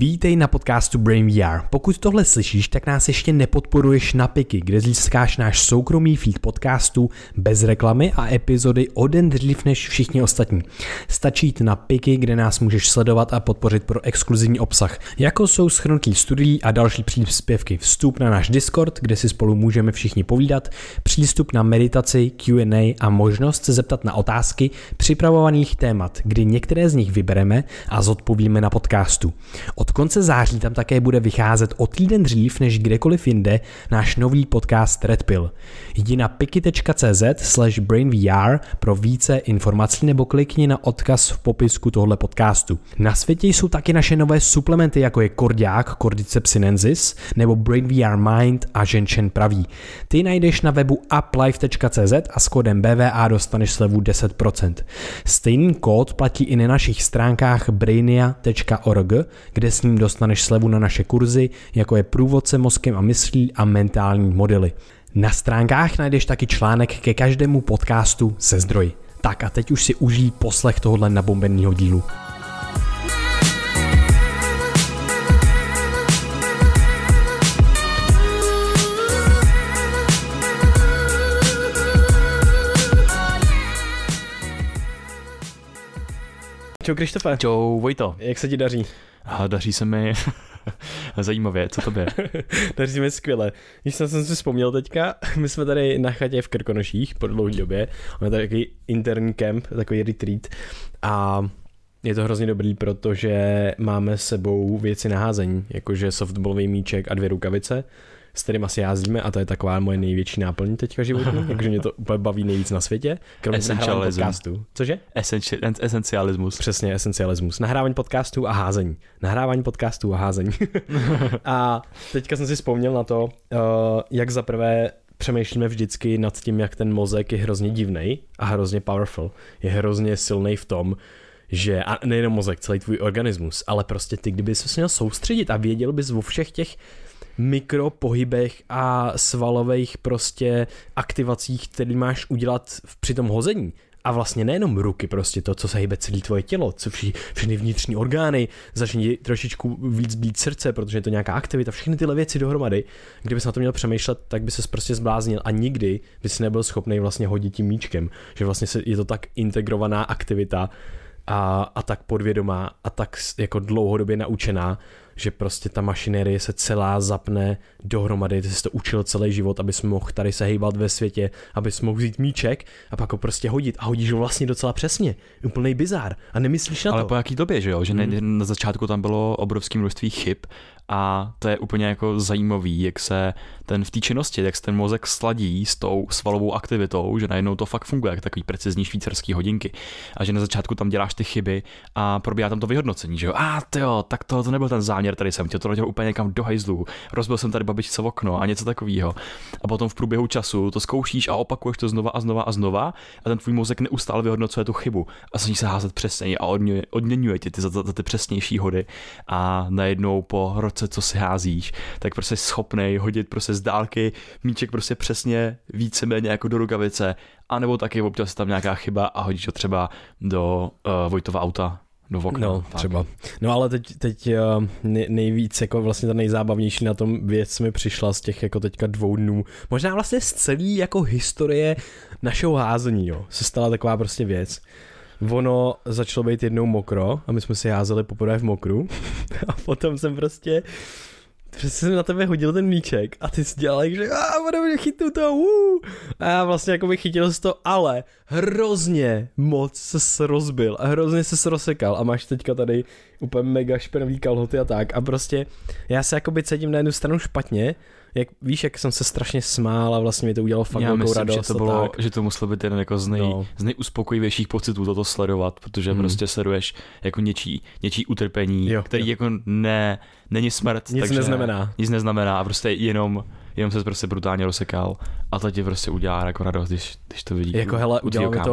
Vítej na podcastu Brain VR. Pokud tohle slyšíš, tak nás ještě nepodporuješ na Piky, kde získáš náš soukromý feed podcastů bez reklamy a epizody o den dřív než všichni ostatní. Stačí jít na Piky, kde nás můžeš sledovat a podpořit pro exkluzivní obsah, jako jsou shrnutí studií a další příspěvky, vstup na náš Discord, kde si spolu můžeme všichni povídat, přístup na meditaci, Q&A a možnost se zeptat na otázky připravovaných témat, kdy některé z nich vybereme a zodpovíme na podcastu. Od konce září tam také bude vycházet o týden dřív než kdekoliv jinde náš nový podcast Red Pill. Jdi na piky.cz/brainvr pro více informací nebo klikni na odkaz v popisku tohle podcastu. Na světě jsou taky naše nové suplementy, jako je Kordiák, Cordyceps sinensis nebo Brain VR Mind a Ženšen pravý. Ty najdeš na webu uplife.cz a s kódem BVA dostaneš slevu 10%. Stejný kód platí i na našich stránkách brainia.org, kde s ním dostaneš slevu na naše kurzy, jako je průvodce mozkem a myslí a mentální modely. Na stránkách najdeš taky článek ke každému podcastu se zdroji. Tak a teď už si užij poslech tohohle nabombeného dílu. Čau Krištofe. Čau Vojto. Jak se ti daří? Daří se mi zajímavě, co tobě? Daří se mi skvěle. Když jsem si vzpomněl teďka, my jsme tady na chatě v Krkonoších po dlouhé době. Máme tady takový interní kemp, takový retreat a je to hrozně dobrý, protože máme s sebou věci na házení, jakože softballový míček a 2 rukavice, s kterým asi jázdíme a to je taková moje největší náplň teďka životní, takže mě to úplně baví nejvíc na světě, kromě nahrávání podcastu. Cože? Esencialismus. Přesně, esencialismus. Nahrávání podcastů a házení. Nahrávání podcastů a házení. A teďka jsem si vzpomněl na to, jak zaprvé přemýšlíme vždycky nad tím, jak ten mozek je hrozně divnej a hrozně powerful. Je hrozně silnej v tom, že, a nejenom mozek, celý tvůj organismus, ale prostě ty, kdyby se měl soustředit a věděl bys o všech těch mikropohybech a svalových prostě aktivacích, které máš udělat při tom hození. A vlastně nejenom ruky, prostě to, co se hýbe celé tvoje tělo, co všechny vnitřní orgány, začne trošičku víc být srdce, protože je to nějaká aktivita, všechny tyhle věci dohromady. Kdybys na to měl přemýšlet, tak by ses prostě zbláznil a nikdy bys nebyl schopný vlastně hodit tím míčkem, že vlastně je to tak integrovaná aktivita a tak podvědomá a tak jako dlouhodobě naučená, že prostě ta mašinérie se celá zapne dohromady, ty jsi to učil celý život, abys mohl tady se hejbat ve světě, abys mohl vzít míček a pak ho prostě hodit a hodíš ho vlastně docela přesně, úplnej bizár a nemyslíš na to. Ale po jaký době, že jo, že na začátku tam bylo obrovské množství chyb a to je úplně jako zajímavý, jak se v té činnosti, jak se ten mozek sladí s tou svalovou aktivitou, že najednou to fakt funguje, jak takový precizní švýcarský hodinky a že na začátku tam děláš ty chyby a probíhá tam to vyhodnocení, že jo, tak to nebyl ten záměr, tady jsem to rodil úplně někam do hajzlu, rozbil jsem tady babičce v okno a něco takového. A potom v průběhu času to zkoušíš a opakuješ to znova a znova a ten tvůj mozek neustále vyhodnocuje tu chybu a snaží se házet přesně a odměňuje tě ty za ty přesnější hody a najednou po roce, co si házíš, tak prostě schopnej hodit prostě z dálky míček prostě přesně víceméně jako do rukavice, anebo taky občas tam nějaká chyba a hodíš ho třeba do Vojtova auta. No, třeba. No ale teď nejvíc, jako vlastně ta nejzábavnější na tom věc mi přišla z těch jako teďka 2 dnů. Možná vlastně z celý jako historie našeho házení, jo. Se stala taková prostě věc. Ono začalo být jednou mokro a my jsme si házeli poprvé v mokru a potom jsem prostě jsem na tebe hodil ten míček a ty jsi dělal, že chytnu to, a já vlastně jako bych chytil to, ale hrozně moc ses rozbil a hrozně ses rozsekal a máš teďka tady úplně mega špinavý kalhoty a tak a prostě já se jakoby cítím na jednu stranu špatně, jak víš, jak jsem se strašně smál a vlastně mi to udělalo fakt velkou radost. Že to bylo, že to muselo být jeden jako z nejuspokojivějších pocitů toto sledovat, protože prostě sleduješ jako něčí utrpení, který jako není smrt, nic neznamená a prostě jenom se prostě brutálně rozsekal a to ti prostě udělá jako radost, když to vidíš. Jako hele,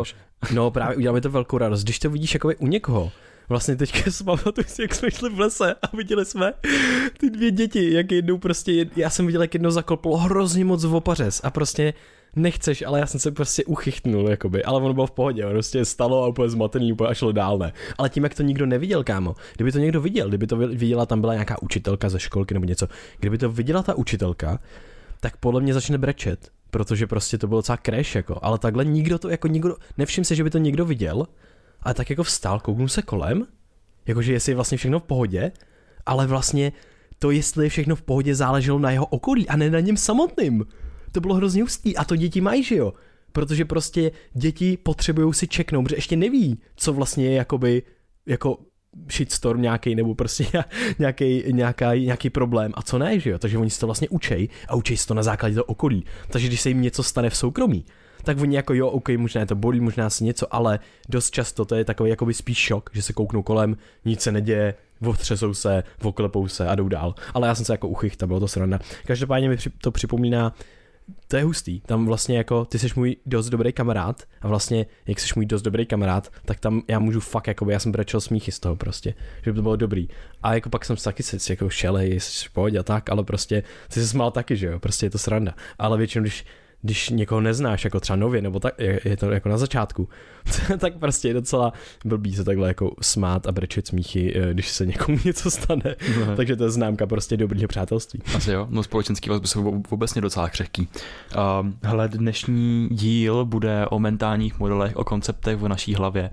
udělá mi to velkou radost, když to vidíš jakoby u někoho. Vlastně teďka pamatuju si, jak jsme šli v lese a viděli jsme ty 2 děti, jak jednou prostě, já jsem viděl, jak jednou zakoplo hrozně moc v opařez a prostě nechceš, ale já jsem se prostě uchychtnul, jakoby, ale ono bylo v pohodě, ono prostě stalo a úplně zmatený, úplně a šlo dál, ne. Ale tím, jak to nikdo neviděl, kámo, kdyby to někdo viděl, kdyby to viděla, tam byla nějaká učitelka ze školky nebo něco, kdyby to viděla ta učitelka, tak podle mě začne brečet, protože prostě to bylo docela crash, jako, ale takhle nikdo, nevšim se, že by to někdo viděl, ale tak jako vstál, kouknul se kolem, jakože jestli je vlastně všechno v pohodě, ale vlastně to, jestli je všechno v pohodě, záleželo na jeho okolí a ne na něm samotným. To bylo hrozně hustý a to děti mají, že jo? Protože prostě děti potřebujou si čeknout, protože ještě neví, co vlastně je jakoby, jako shitstorm nějaký nebo prostě nějaký problém a co ne, že jo? Takže oni si to vlastně učej a učej si to na základě toho okolí. Takže když se jim něco stane v soukromí, tak oni jako jo, ok, možná je to bolí, možná si něco, ale dost často to je takový jakoby spíš šok, že se kouknou kolem, nic se neděje, otřesou se, oklepou se a jdou dál. Ale já jsem se jako uchychtal, bylo to sranda. Každopádně mi to připomíná, to je hustý, tam vlastně jako ty jsi můj dost dobrý kamarád a vlastně jak jsi můj dost dobrý kamarád, tak tam já můžu fakt jakoby, já jsem brečel smíchy z toho prostě, že by to bylo dobrý. A jako pak jsem taky se jako šelej, jsi v pohodě a tak, ale prostě jsi se smál taky, že jo, prostě je to sranda. Ale většinou, když někoho neznáš, jako třeba nově, nebo tak, je to jako na začátku, tak prostě je docela blbý se takhle jako smát a brečet smíchy, když se někomu něco stane. Takže to je známka prostě dobrýho přátelství. Asi jo, no společenský vazby jsou obecně docela křehký. Hele, dnešní díl bude o mentálních modelech, o konceptech v naší hlavě.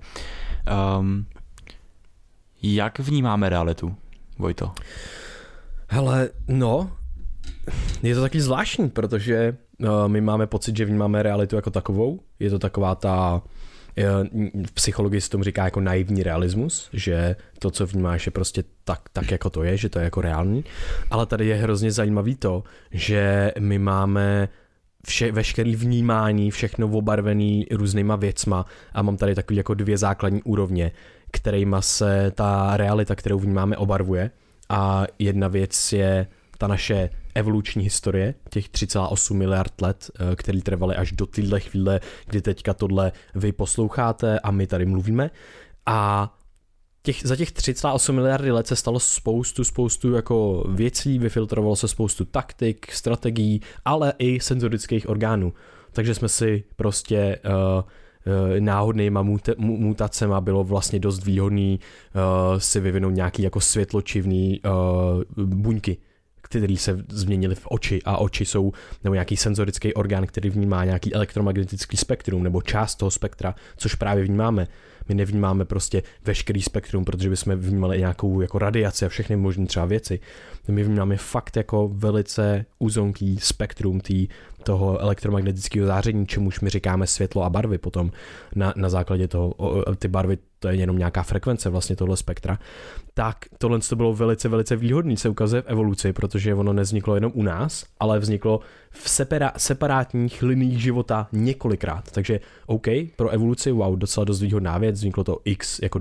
Jak vnímáme realitu, Vojto? Hele, no, je to taky zvláštní, protože my máme pocit, že vnímáme realitu jako takovou. Je to taková ta, v psychologii se tomu říká jako naivní realismus, že to, co vnímáš, je prostě tak jako to je, že to je jako reálný. Ale tady je hrozně zajímavý to, že my máme veškerý vnímání, všechno obarvený různýma věcma a mám tady takový jako 2 základní úrovně, kterýma se ta realita, kterou vnímáme, obarvuje. A jedna věc je ta naše evoluční historie, těch 3,8 miliard let, který trvaly až do téhle chvíle, kdy teďka tohle vy posloucháte a my tady mluvíme. A za těch 3,8 miliardy let se stalo spoustu jako věcí, vyfiltrovalo se spoustu taktik, strategií, ale i senzorických orgánů. Takže jsme si prostě náhodnýma mutacema bylo vlastně dost výhodný si vyvinout nějaký jako světločivný buňky, který se změnily v oči a oči jsou nebo nějaký senzorický orgán, který vnímá nějaký elektromagnetický spektrum nebo část toho spektra, což právě vnímáme. My nevnímáme prostě veškerý spektrum, protože bychom vnímali nějakou jako radiaci a všechny možné třeba věci. My vnímáme fakt jako velice úzonký spektrum toho elektromagnetického záření, čemuž my říkáme světlo a barvy potom na základě toho, ty barvy, to je jenom nějaká frekvence vlastně tohle spektra, tak tohle to bylo velice, velice výhodný, se ukazuje v evoluci, protože ono nevzniklo jenom u nás, ale vzniklo v separátních liniích života několikrát. Takže OK, pro evoluci, wow, docela dost výhodná věc, vzniklo to x jako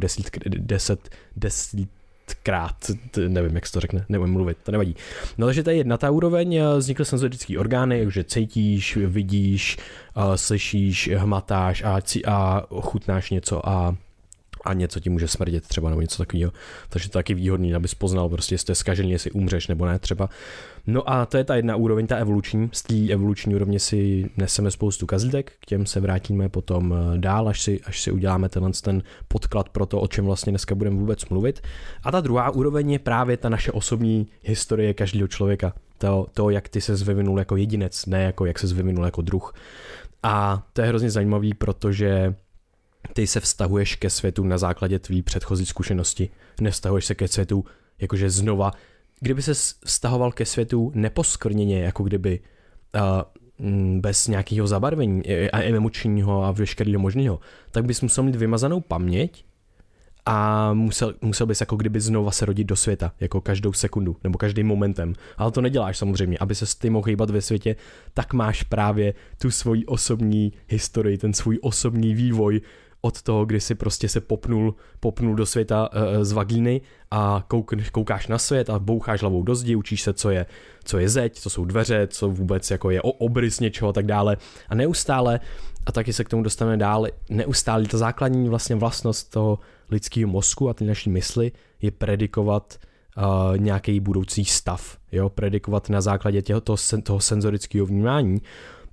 10krát, nevím, jak se to řekne, nevím mluvit, to nevadí. No takže to je jedna ta úroveň, vznikly senzorické orgány, takže cítíš, vidíš, slyšíš, hmatáš a chutnáš něco a něco ti může smrdět třeba nebo něco takového. Takže to je taky výhodný, abys poznal prostě, jestli je zkažený, jestli umřeš nebo ne třeba. No a to je ta jedna úroveň, ta evoluční. Z té evoluční úrovně si neseme spoustu kazítek, k těm se vrátíme potom dál, až si uděláme ten podklad pro to, o čem vlastně dneska budeme vůbec mluvit. A ta druhá úroveň je právě ta naše osobní historie každého člověka. To, jak ty ses vyvinul jako jedinec, ne jako jak ses vyvinul jako druh. A to je hrozně zajímavý, protože ty se vztahuješ ke světu na základě tvý předchozí zkušenosti. Nevztahuješ se ke světu jakože znova. Kdyby se vztahoval ke světu neposkvrněně, jako kdyby bez nějakého zabarvení a emočního a veškerého možného, tak bys musel mít vymazanou paměť a musel bys jako kdyby znova se rodit do světa, jako každou sekundu nebo každým momentem. Ale to neděláš samozřejmě, aby se ty mohl hýbat ve světě, tak máš právě tu svoji osobní historii, ten svůj osobní vývoj od toho, kdy si prostě se popnul do světa z vagíny a koukáš na svět a boucháš hlavou do zdi, učíš se, co je zeď, co jsou dveře, co vůbec jako je obrys něčeho a tak dále. A neustále, a taky se k tomu dostaneme dál, neustále ta základní vlastně vlastnost toho lidského mozku a ty naší mysli je predikovat nějaký budoucí stav, jo? Predikovat na základě toho senzorického vnímání.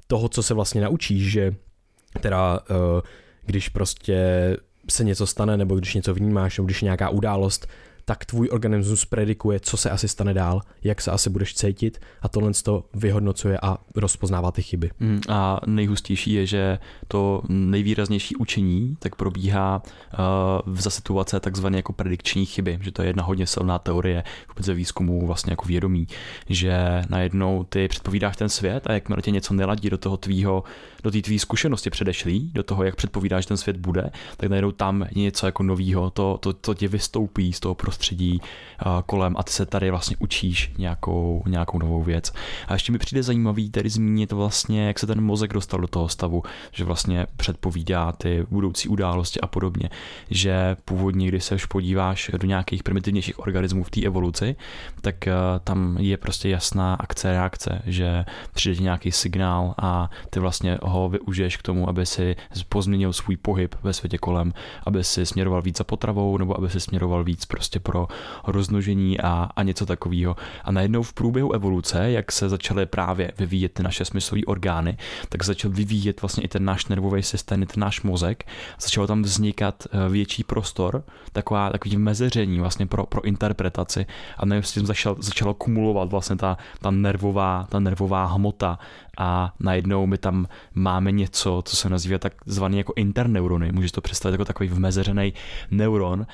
toho, co se vlastně naučíš, že teda když prostě se něco stane, nebo když něco vnímáš, nebo když je nějaká událost, tak tvůj organismus predikuje, co se asi stane dál, jak se asi budeš cítit a tohle to vyhodnocuje a rozpoznává ty chyby. A nejhustější je, že to nejvýraznější učení tak probíhá za situace takzvané jako predikční chyby, že to je jedna hodně silná teorie vůbec ze výzkumu vlastně jako vědomí, že najednou ty předpovídáš ten svět a jakmile tě něco neladí do té tvý zkušenosti předešlý, do toho, jak předpovídáš, že ten svět bude, tak najednou tam je něco jako novýho, to tě vystoupí z toho prostředí kolem a ty se tady vlastně učíš nějakou novou věc. A ještě mi přijde zajímavý tady zmínit vlastně, jak se ten mozek dostal do toho stavu, že vlastně předpovídá ty budoucí události a podobně, že původně, když se už podíváš do nějakých primitivnějších organismů v té evoluci, tak tam je prostě jasná akce-reakce, že přijde ti nějaký signál a ty vlastně ho využiješ k tomu, aby si pozměnil svůj pohyb ve světě kolem, aby si směroval víc za potravou nebo aby si směroval víc prostě pro rozmnožení a něco takového. A najednou v průběhu evoluce, jak se začaly právě vyvíjet ty naše smyslové orgány, tak začal vyvíjet vlastně i ten náš nervový systém, i ten náš mozek. Začalo tam vznikat větší prostor, takový mezeření vlastně pro interpretaci a najednou s tím začalo kumulovat vlastně ta nervová hmota a najednou my tam máme něco, co se nazývá takzvaný jako interneurony. Můžeš to představit jako takový vmezeřený neuron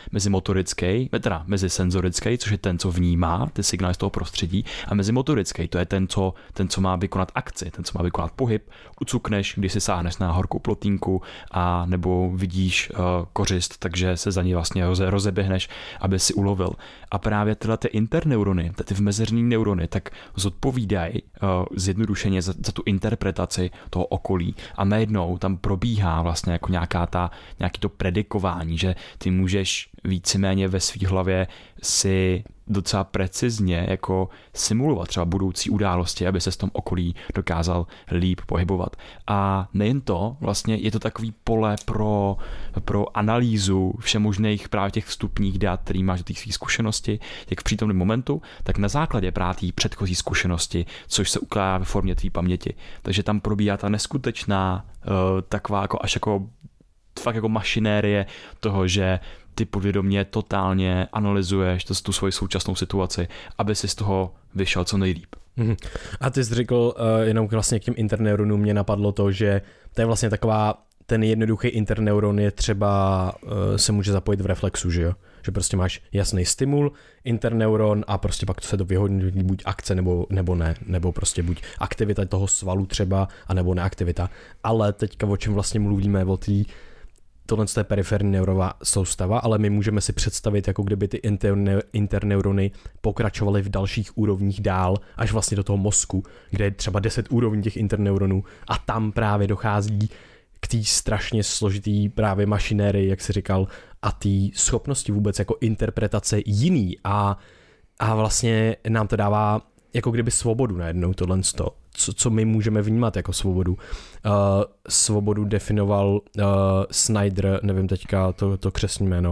mezi senzorický, což je ten, co vnímá ty signály z toho prostředí, a mezi motorický, to je ten, co má vykonat akci, ten, co má vykonat pohyb. Ucukneš, když si sáhneš na horkou plotínku a nebo vidíš kořist, takže se za ní vlastně rozeběhneš, aby si ulovil. A právě tyhle ty interneurony, ty vmezeřený neurony, tak zodpovídají zjednodušeně za tu interpretaci toho okolí a najednou tam probíhá vlastně jako nějaký to predikování, že ty můžeš víceméně ve svý hlavě si docela precizně jako simulovat třeba budoucí události, aby se v tom okolí dokázal líp pohybovat. A nejen to, vlastně je to takový pole pro analýzu všemožných právě těch vstupních dat, který máš do těch svých zkušenosti, jak v přítomném momentu, tak na základě právě té předchozí zkušenosti, což se ukládá ve formě tvý paměti. Takže tam probíhá ta neskutečná taková jako až jako fakt jako mašinérie toho, že ty podvědomě totálně analyzuješ tu svoji současnou situaci, aby si z toho vyšel co nejlíp. A ty jsi řekl, jenom vlastně k těm interneuronům mě napadlo to, že to je vlastně ten jednoduchý interneuron je třeba, se může zapojit v reflexu, že jo? Že prostě máš jasný stimul, interneuron a prostě pak se to vyhodnotí buď akce nebo ne, nebo prostě buď aktivita toho svalu třeba, anebo neaktivita. Ale teďka o čem vlastně mluvíme, tohle je periferní neurová soustava, ale my můžeme si představit, jako kdyby ty interneurony pokračovaly v dalších úrovních dál, až vlastně do toho mozku, kde je třeba 10 úrovní těch interneuronů a tam právě dochází k té strašně složitý právě mašinérii, jak jsi říkal, a té schopnosti vůbec jako interpretace jiný a vlastně nám to dává jako kdyby svobodu najednou tohle co my můžeme vnímat jako svobodu. Svobodu definoval Snyder, nevím teďka to křestní jméno,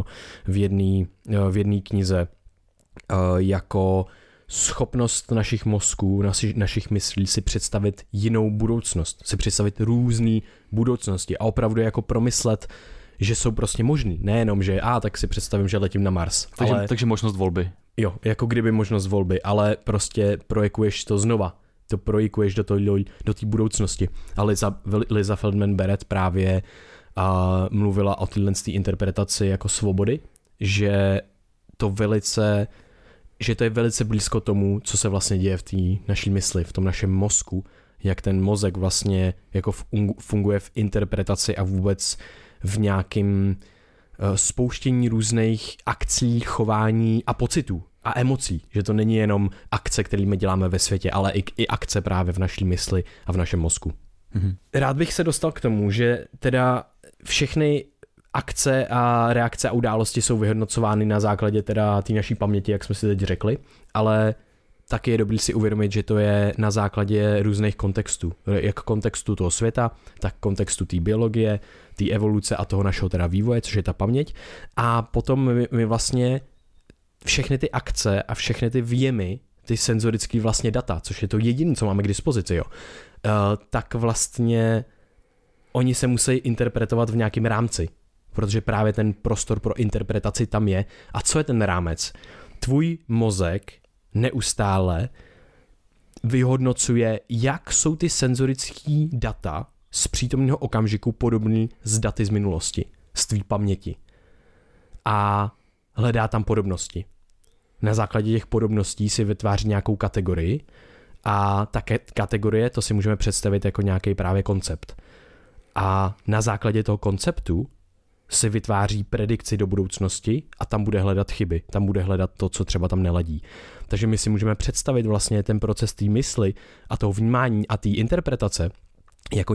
v jedné knize jako schopnost našich mozků, našich myslí si představit jinou budoucnost, si představit různé budoucnosti a opravdu jako promyslet, že jsou prostě možný. Nejenom, že tak si představím, že letím na Mars. Takže možnost volby. Jo, jako kdyby možnost volby, ale prostě projekuješ to znova. To projikuješ do té budoucnosti. A Liza Feldman Barrett právě mluvila o téhle interpretaci jako svobody, že to je velice blízko tomu, co se vlastně děje v té naší mysli, v tom našem mozku, jak ten mozek vlastně jako funguje v interpretaci a vůbec v nějakém spouštění různých akcí, chování a pocitů a emocí, že to není jenom akce, které my děláme ve světě, ale i akce právě v naší mysli a v našem mozku. Rád bych se dostal k tomu, že teda všechny akce a reakce a události jsou vyhodnocovány na základě teda té naší paměti, jak jsme si teď řekli, ale taky je dobrý si uvědomit, že to je na základě různých kontextů. Jak kontextu toho světa, tak kontextu té biologie, té evoluce a toho našeho teda vývoje, což je ta paměť. A potom my vlastně všechny ty akce a všechny ty vjemy ty senzorické vlastně data, což je to jediné, co máme k dispozici, jo, tak vlastně oni se musí interpretovat v nějakém rámci, protože právě ten prostor pro interpretaci tam je. A co je ten rámec? Tvůj mozek neustále vyhodnocuje, jak jsou ty senzorické data z přítomného okamžiku podobný s daty z minulosti, z tvý paměti. A hledá tam podobnosti. Na základě těch podobností si vytváří nějakou kategorii a ta kategorie, to si můžeme představit jako nějaký právě koncept. A na základě toho konceptu si vytváří predikci do budoucnosti a tam bude hledat chyby, tam bude hledat to, co třeba tam neladí. Takže my si můžeme představit vlastně ten proces té mysli a toho vnímání a té interpretace jako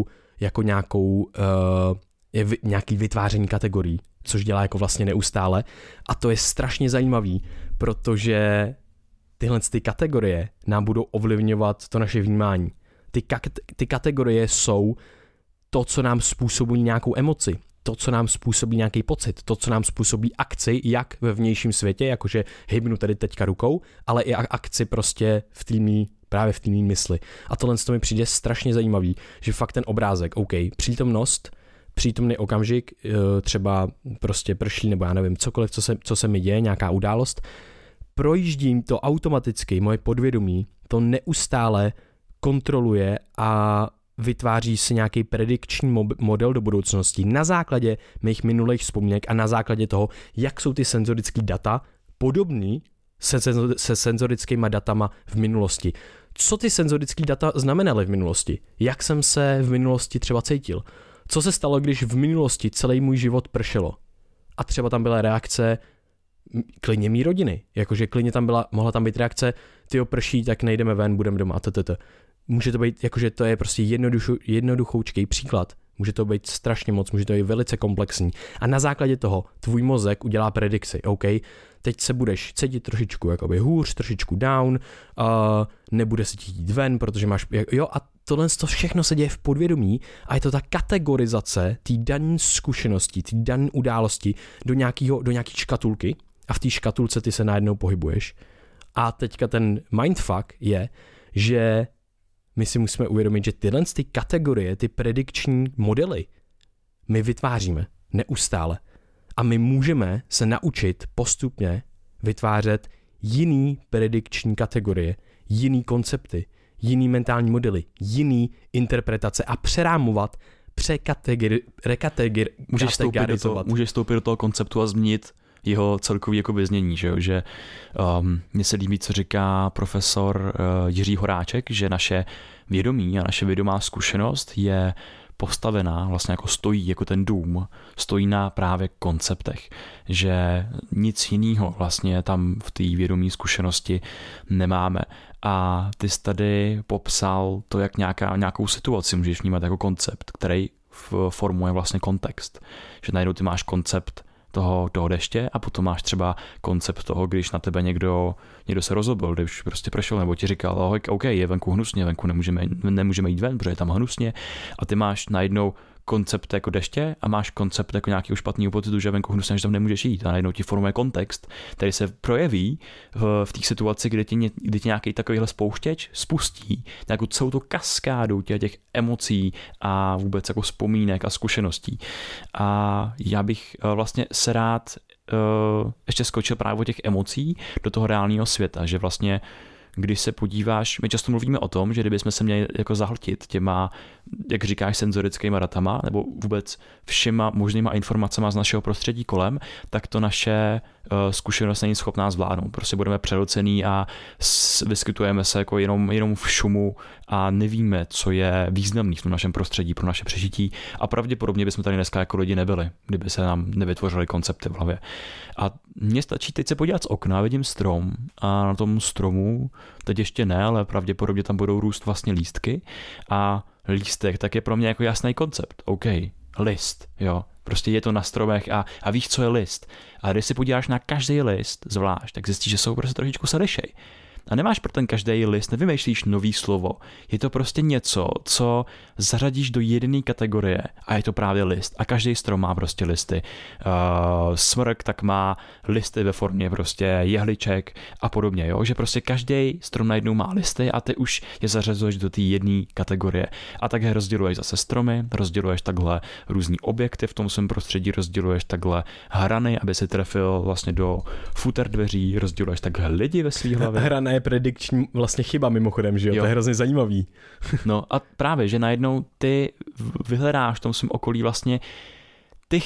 nějaký vytváření kategorií, což dělá jako vlastně neustále. A to je strašně zajímavý, protože tyhle ty kategorie nám budou ovlivňovat to naše vnímání. Ty kategorie jsou to, co nám způsobí nějakou emoci, to, co nám způsobí nějaký pocit, to, co nám způsobí akci, jak ve vnějším světě, jakože hybnu tady teďka rukou, ale i akci prostě právě v té mysli. A tohle mi přijde strašně zajímavý, že fakt ten obrázek, OK, přítomný okamžik, třeba prostě prší, nebo já nevím, cokoliv, co se mi děje, nějaká událost, projíždím to automaticky, moje podvědomí to neustále kontroluje a vytváří si nějaký predikční model do budoucnosti na základě mých minulých vzpomínek a na základě toho, jak jsou ty senzorické data podobný se senzorickýma datama v minulosti. Co ty senzorické data znamenaly v minulosti? Jak jsem se v minulosti třeba cítil? Co se stalo, když v minulosti celý můj život pršelo? A třeba tam byla reakce klidně mý rodiny. Jakože klidně mohla tam být reakce, tyjo prší, tak nejdeme ven, budeme doma. Může to být, jakože to je prostě jednoduchoučký příklad. Může to být strašně moc, může to být velice komplexní. A na základě toho tvůj mozek udělá predikci. OK, teď se budeš cítit trošičku jakoby hůř, trošičku down, nebude se ti jít ven, protože máš, jo, a tohle všechno se děje v podvědomí a je to ta kategorizace té dané zkušenosti, té dané události do nějaký škatulky a v té škatulce ty se najednou pohybuješ. A teďka ten mindfuck je, že my si musíme uvědomit, že tyhle ty kategorie, ty predikční modely my vytváříme neustále. A my můžeme se naučit postupně vytvářet jiný predikční kategorie, jiný koncepty, jiný mentální modely, jiný interpretace a přerámovat, Můžeš vstoupit do toho konceptu a změnit jeho celkový jako vyznění, že mně se líbí, co říká profesor Jiří Horáček, že naše vědomí a naše vědomá zkušenost je postavená, vlastně jako stojí jako ten dům, stojí na právě konceptech, že nic jiného vlastně tam v té vědomí zkušenosti nemáme. A ty jsi tady popsal to, jak nějakou situaci můžeš vnímat jako koncept, který formuje vlastně kontext. Že najednou ty máš koncept toho deště a potom máš třeba koncept toho, když na tebe někdo se rozhodl, když prostě prošel nebo ti říkal, OK, je venku hnusně, venku nemůžeme jít ven, protože je tam hnusně a ty máš najednou koncept jako deště a máš koncept jako nějakého špatného pocitu, že venku hnusně, že tam nemůžeš jít a najednou ti formuje kontext, který se projeví v té situaci, kdy ti nějaký takovýhle spouštěč spustí nějakou celou tu kaskádu těch emocí a vůbec jako vzpomínek a zkušeností. A já bych vlastně se rád ještě skočil právě o těch emocí do toho reálného světa, že vlastně když se podíváš, my často mluvíme o tom, že kdybychom se měli jako zahltit těma, jak říkáš, senzorickýma datama, nebo vůbec všema možnýma informacema z našeho prostředí kolem, tak to naše zkušenost není schopná zvládnout. Prostě budeme přehlcený a vyskytujeme se jako jenom v šumu a nevíme, co je významný v tom našem prostředí pro naše přežití a pravděpodobně bychom tady dneska jako lidi nebyli, kdyby se nám nevytvořily koncepty v hlavě. A mně stačí teď se podívat z okna, vidím strom a na tom stromu, teď ještě ne, ale pravděpodobně tam budou růst vlastně lístky a lístek tak je pro mě jako jasný koncept. OK, list, jo. Prostě je to na stromech a víš, co je list. A když si podíváš na každý list zvlášť, tak zjistíš, že jsou prostě trošičku se lišej. A nemáš pro ten každý list, nevymýšlíš nový slovo. Je to prostě něco, co zařadíš do jedné kategorie a je to právě list. A každý strom má prostě listy. Smrk tak má listy ve formě prostě jehliček a podobně, jo? Že prostě každý strom najednou má listy a ty už je zařazuješ do té jedné kategorie. A tak je rozděluješ zase stromy, rozděluješ takhle různý objekty v tom svém prostředí, rozděluješ takhle hrany, aby si trefil vlastně do futer dveří, rozděluješ takhle lidi ve svý hlavě. Hrana je predikční vlastně chyba mimochodem, že jo? To je hrozně zajímavý. No a právě, že najednou ty vyhledáš v tom svém okolí vlastně ty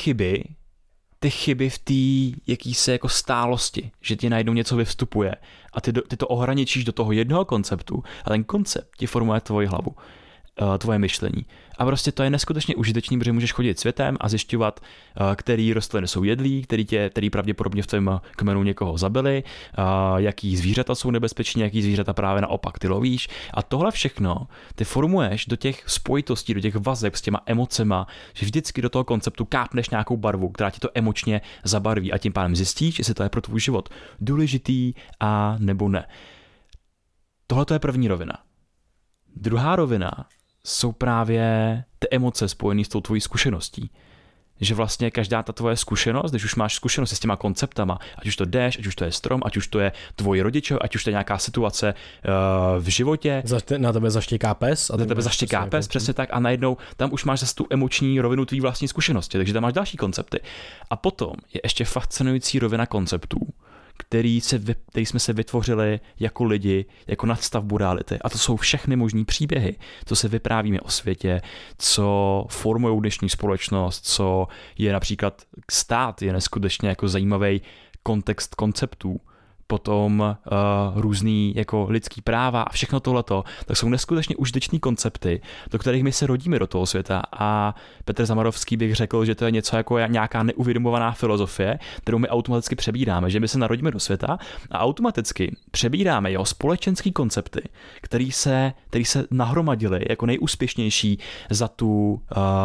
chyby v té jakýsi jako stálosti, že ti najednou něco vyvstupuje a ty to ohraničíš do toho jednoho konceptu a ten koncept ti formuje tvoji hlavu, tvoje myšlení. A prostě to je neskutečně užitečný, protože můžeš chodit světem a zjišťovat, který rostliny jsou jedlí, který pravděpodobně v tvém kmenu někoho zabili, jaký zvířata jsou nebezpeční, jaký zvířata právě naopak ty lovíš. A tohle všechno ty formuješ do těch spojitostí, do těch vazeb s těma emocema, že vždycky do toho konceptu kápneš nějakou barvu, která ti to emočně zabarví a tím pádem zjistíš, jestli to je pro tvůj život důležitý a nebo ne. Tohle to je první rovina. Druhá rovina jsou právě ty emoce spojené s tou tvojí zkušeností. Že vlastně každá ta tvoje zkušenost, když už máš zkušenosti s těma konceptama, ať už to déšť, ať už to je strom, ať už to je tvoji rodiče, ať už to je nějaká situace v životě. Na tebe zaštěká pes. Na tebe zaštěká pes, přesně tak. A najednou tam už máš zase tu emoční rovinu tvý vlastní zkušenosti, takže tam máš další koncepty. A potom je ještě fascinující rovina konceptů, který jsme se vytvořili jako lidi, jako nadstavbu reality. A to jsou všechny možný příběhy, co se vyprávíme o světě, co formují dnešní společnost, co je například stát, je neskutečně jako zajímavý kontext konceptů, potom různý jako lidský práva a všechno tohleto, tak jsou neskutečně užitečný koncepty, do kterých my se rodíme do toho světa a Petr Zamarovský bych řekl, že to je něco jako nějaká neuvědomovaná filozofie, kterou my automaticky přebíráme, že my se narodíme do světa a automaticky přebíráme jeho společenský koncepty, který se nahromadily jako nejúspěšnější za tu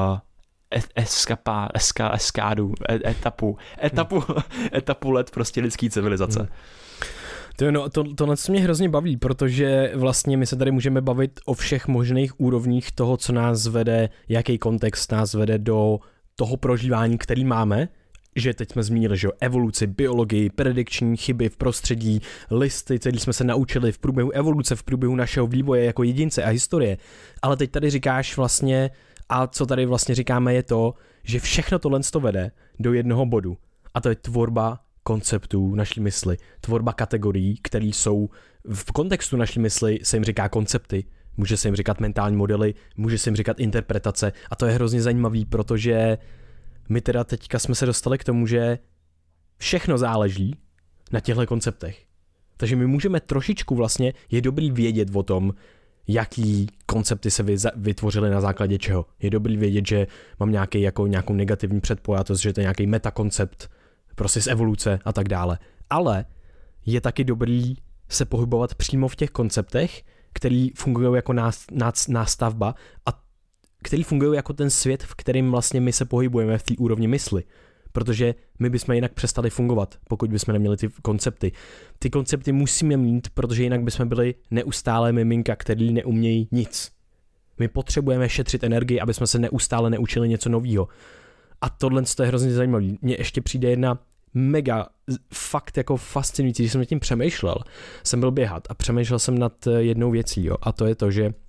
etapu let prostě lidský civilizace. Tohle mě hrozně baví, protože vlastně my se tady můžeme bavit o všech možných úrovních toho, co nás vede, jaký kontext nás vede do toho prožívání, který máme, že teď jsme zmínili, že evoluci, biologii, predikční chyby v prostředí, listy, které jsme se naučili v průběhu evoluce, v průběhu našeho vývoje jako jedince a historie. Ale teď tady říkáš vlastně, a co tady vlastně říkáme je to, že všechno tohle to vede do jednoho bodu. A to je tvorba konceptů naší mysli, tvorba kategorií, které jsou v kontextu naší mysli, se jim říká koncepty, může se jim říkat mentální modely, může se jim říkat interpretace a to je hrozně zajímavý, protože my teda teďka jsme se dostali k tomu, že všechno záleží na těchto konceptech. Takže my můžeme trošičku vlastně, je dobrý vědět o tom, jaký koncepty se vytvořily na základě čeho. Je dobrý vědět, že mám nějakou negativní předpojatost, že to je nějaký metakoncept, prostě z evoluce a tak dále. Ale je taky dobrý se pohybovat přímo v těch konceptech, který fungují jako nástavba a který fungují jako ten svět, v kterém vlastně my se pohybujeme v té úrovni mysli. Protože my bychom jinak přestali fungovat, pokud bychom neměli ty koncepty. Ty koncepty musíme mít, protože jinak bychom byli neustále miminka, který neumějí nic. My potřebujeme šetřit energii, aby jsme se neustále neučili něco nového. A tohle je hrozně zajímavé. Mně ještě přijde jedna mega, fakt jako fascinující, když jsem nad tím přemýšlel. Jsem byl běhat a přemýšlel jsem nad jednou věcí, jo, a to je to, že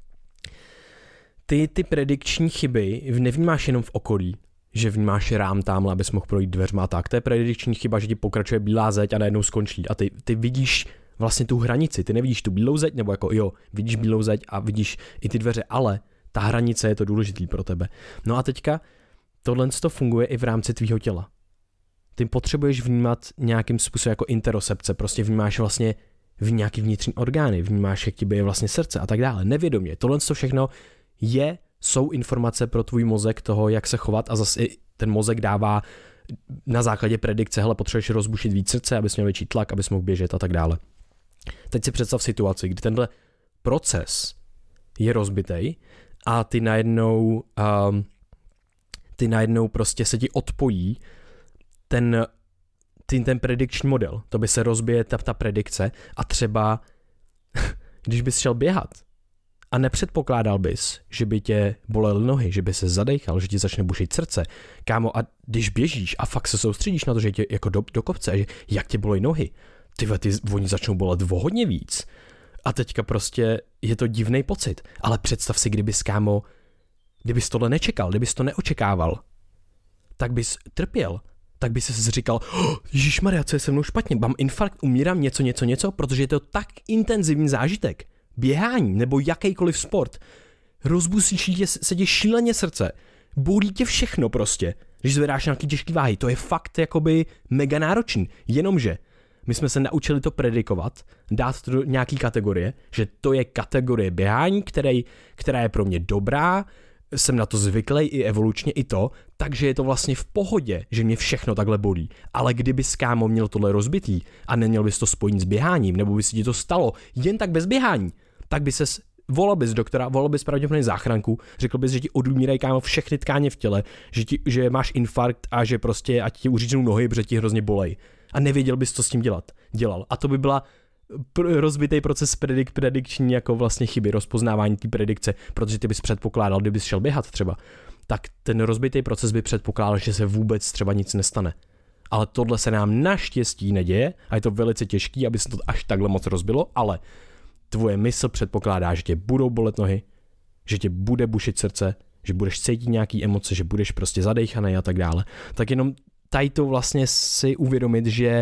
ty predikční chyby nevnímáš jenom v okolí, že vnímáš rám tamhle, abys mohl projít dveřma, tak to je predikční chyba, že ti pokračuje bílá zeď a najednou skončí. A ty vidíš vlastně tu hranici, ty nevidíš tu bílou zeď, nebo jako jo, vidíš bílou zeď a vidíš i ty dveře, ale ta hranice je to důležitý pro tebe. No a teďka tohle funguje i v rámci tvýho těla. Ty potřebuješ vnímat nějakým způsobem jako interocepce, prostě vnímáš vlastně v nějaký vnitřní orgány, vnímáš, jak ti bije vlastně srdce a tak dále, nevědomě. Tohle všechno jsou informace pro tvůj mozek toho, jak se chovat a zase ten mozek dává na základě predikce, hele, potřebuješ rozbušit víc srdce, abys měl větší tlak, abys mohl běžet a tak dále. Teď si představ situaci, kdy tenhle proces je rozbitej a ty najednou prostě se ti odpojí ten predikční model. To by se rozbije ta predikce a třeba když bys šel běhat a nepředpokládal bys, že by tě bolely nohy, že by se zadejchal, že ti začne bušit srdce, kámo, a když běžíš a fakt se soustředíš na to, že tě jako do kopce, že jak tě bolí nohy, oni začnou bolet o hodně víc. A teďka prostě je to divný pocit. Ale představ si, kdybys kdybys tohle nečekal, kdybys to neočekával, tak bys trpěl. Tak bys si říkal, ježišmarja, co je se mnou špatně, mám infarkt, umírám, něco, protože je to tak intenzivní zážitek. Běhání nebo jakýkoliv sport. Rozbusí se tě šíleně srdce. Bolí tě všechno prostě. Když zvedáš nějaký těžký váhy, to je fakt jakoby mega náročný. Jenomže my jsme se naučili to predikovat, dát to do nějaký kategorie, že to je kategorie běhání, která je pro mě dobrá, jsem na to zvyklý i evolučně i to, takže je to vlastně v pohodě, že mě všechno takhle bolí. Ale kdybys, kámo, měl tohle rozbitý a neměl bys to spojit s běháním, nebo by si ti to stalo jen tak bez běhání, tak by ses volal bys doktora, volal bys pravděpodobně záchranku, řekl bys, že ti odumírají, kámo, všechny tkáně v těle, že máš infarkt a že prostě ať ti uříznou nohy, protože ti hrozně bolej. A nevěděl bys, co s tím dělal. A to by byla rozbitý proces predikční jako vlastně chyby, rozpoznávání té predikce, protože ty bys předpokládal, kdybys šel běhat třeba, tak ten rozbitý proces by předpokládal, že se vůbec třeba nic nestane. Ale tohle se nám naštěstí neděje a je to velice těžký, aby se to až takhle moc rozbilo, ale tvoje mysl předpokládá, že tě budou bolet nohy, že tě bude bušit srdce, že budeš cítit nějaký emoce, že budeš prostě zadejchaný a tak dále. Tak jenom tady to vlastně si uvědomit, že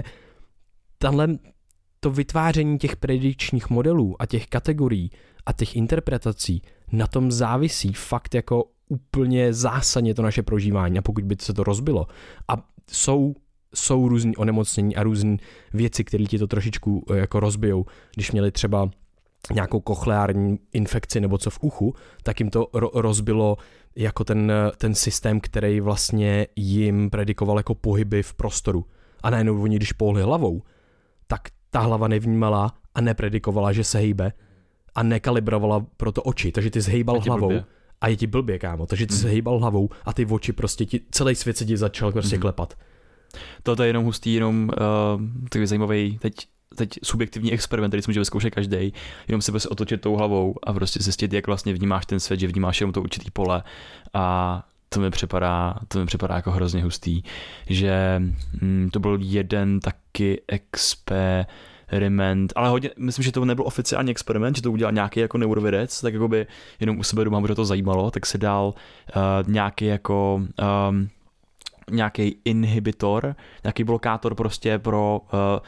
to vytváření těch predikčních modelů a těch kategorií a těch interpretací na tom závisí fakt jako úplně zásadně to naše prožívání a pokud by se to rozbilo a jsou různý onemocnění a různé věci, které ti to trošičku jako rozbijou, když měli třeba nějakou kochleární infekci nebo co v uchu, tak jim to rozbilo jako ten systém, který vlastně jim predikoval jako pohyby v prostoru. A najednou oni, když pohli hlavou, tak ta hlava nevnímala a nepredikovala, že se hejbe a nekalibrovala pro to oči, takže ty zhejbal hlavou blbě. A je ti blbě, kámo, takže ty zhejbal hlavou a ty oči prostě celý svět se ti začal prostě klepat. To je jenom hustý, jenom takový zajímavý teď subjektivní experiment, který si může vyzkoušet každý, jenom se prostě otočit tou hlavou a prostě zjistit, jak vlastně vnímáš ten svět, že vnímáš jenom to určitý pole a to mi připadá jako hrozně hustý, že to byl jeden taky experiment, ale hodně, myslím, že to nebyl oficiální experiment, že to udělal nějaký jako neurovědec, tak jako by jenom u sebe doma, protože to zajímalo, tak se dal nějaký jako nějaký inhibitor, nějaký blokátor prostě pro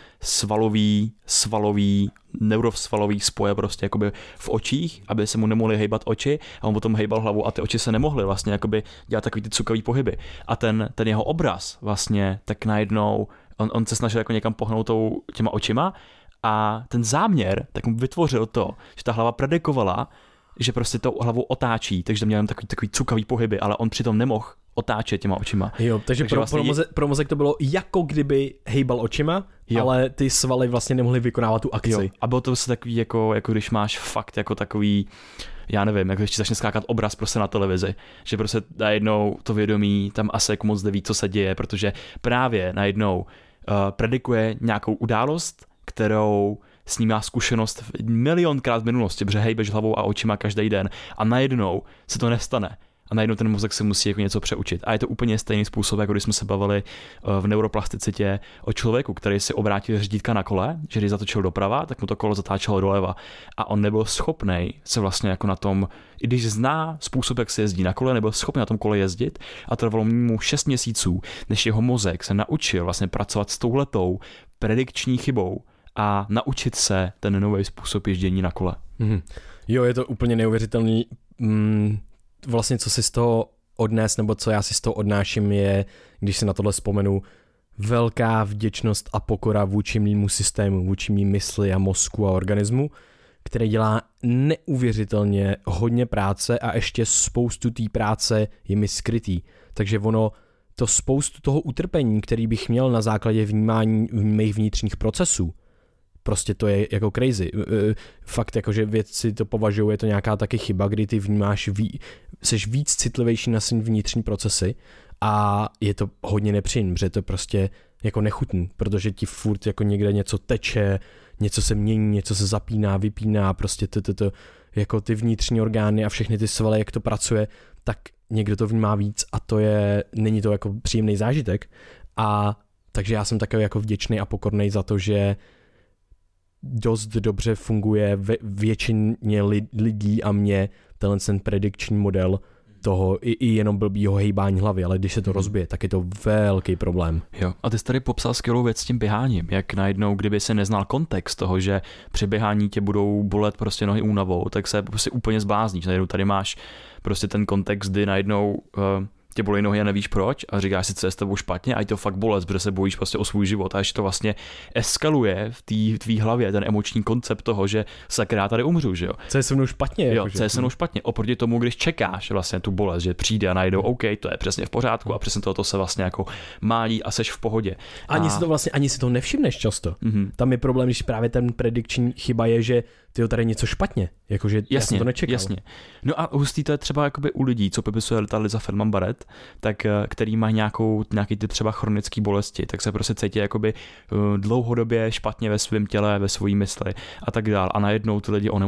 svalový neurosvalový spoje prostě jakoby v očích, aby se mu nemohly hejbat oči a on potom hejbal hlavu a ty oči se nemohly vlastně jakoby dělat takový ty cukavý pohyby. A ten jeho obraz vlastně tak najednou, on se snažil jako někam pohnout těma očima a ten záměr tak mu vytvořil to, že ta hlava predikovala, že prostě tou hlavou otáčí, takže měl takový cukavý pohyby, ale on přitom nemohl otáčet těma očima. Jo, takže pro mozek to bylo jako kdyby hejbal očima, jo. Ale ty svaly vlastně nemohly vykonávat tu akci. Jo. A bylo to vlastně takový, jako když máš fakt jako takový, já nevím, jako když začne skákat obraz prostě na televizi, že prostě najednou to vědomí tam asi jako moc neví, co se děje, protože právě najednou predikuje nějakou událost, kterou s ním má zkušenost milionkrát v minulosti, protože hejbeš hlavou a očima každý den a najednou se to nestane. A najednou ten mozek se musí jako něco přeučit. A je to úplně stejný způsob, jako když jsme se bavili v neuroplasticitě o člověku, který si obrátil řídítka na kole, že když zatočil doprava, tak mu to kolo zatáčelo doleva. A on nebyl schopný se vlastně jako na tom, i když zná způsob, jak se jezdí na kole, nebyl schopný na tom kole jezdit a trvalo mu 6 měsíců, než jeho mozek se naučil vlastně pracovat s touhletou predikční chybou a naučit se ten nový způsob ježdění na kole. Jo, je to úplně neuvěřitelný. Vlastně co si z toho odnes, nebo co já si z toho odnáším je, když si na tohle vzpomenu, velká vděčnost a pokora vůči mému systému, vůči mý mysli a mozku a organismu, který dělá neuvěřitelně hodně práce a ještě spoustu té práce je mi skrytý. Takže ono, to spoustu toho utrpení, který bych měl na základě vnímání mých vnitřních procesů, prostě to je jako crazy. Fakt jako, že vědci to považují, je to nějaká taky chyba, kdy ty vnímáš, seš víc citlivější na svý vnitřní procesy a je to hodně nepříjemné, protože to prostě jako nechutný, protože ti furt jako někde něco teče, něco se mění, něco se zapíná, vypíná, prostě jako ty vnitřní orgány a všechny ty svaly, jak to pracuje, tak někdo to vnímá víc a není to jako příjemný zážitek. A takže já jsem takový jako vděčný a pokorný za to, že dost dobře funguje většině lidí a mě ten predikční model toho i jenom blbýho hejbání hlavy, ale když se to rozbije, tak je to velký problém. Jo, a ty jsi tady popsal skvělou věc s tím běháním, jak najednou, kdyby se neznal kontext toho, že při běhání tě budou bolet prostě nohy únavou, tak se prostě úplně zblázníš. Najednou tady máš prostě ten kontext, kdy najednou tě bolí nohy a nevíš proč a říkáš si, co je s tebou špatně a je to fakt bolest, protože se bojíš prostě o svůj život a ještě to vlastně eskaluje v té tvý hlavě ten emoční koncept toho, že sakra tady umřu, že jo. Co je se mnou špatně? Jo, co je se mnou špatně. Oproti tomu, když čekáš vlastně tu bolest, že přijde a najdou, OK, to je přesně v pořádku a přesně to se vlastně jako málí a seš v pohodě. Ani si to nevšimneš často. Tam je problém, když právě ten predikční chyba je, že tyjo, tady je něco špatně, jakože já jsem to nečekal. Jasně. No a hustý to je třeba jakoby u lidí, co popisuje ta Liza Feldman-Barrett, tak který má nějaký ty třeba chronický bolesti, tak se prostě cítí jakoby dlouhodobě špatně ve svém těle, ve svojí mysli a tak dál. A najednou ty lidi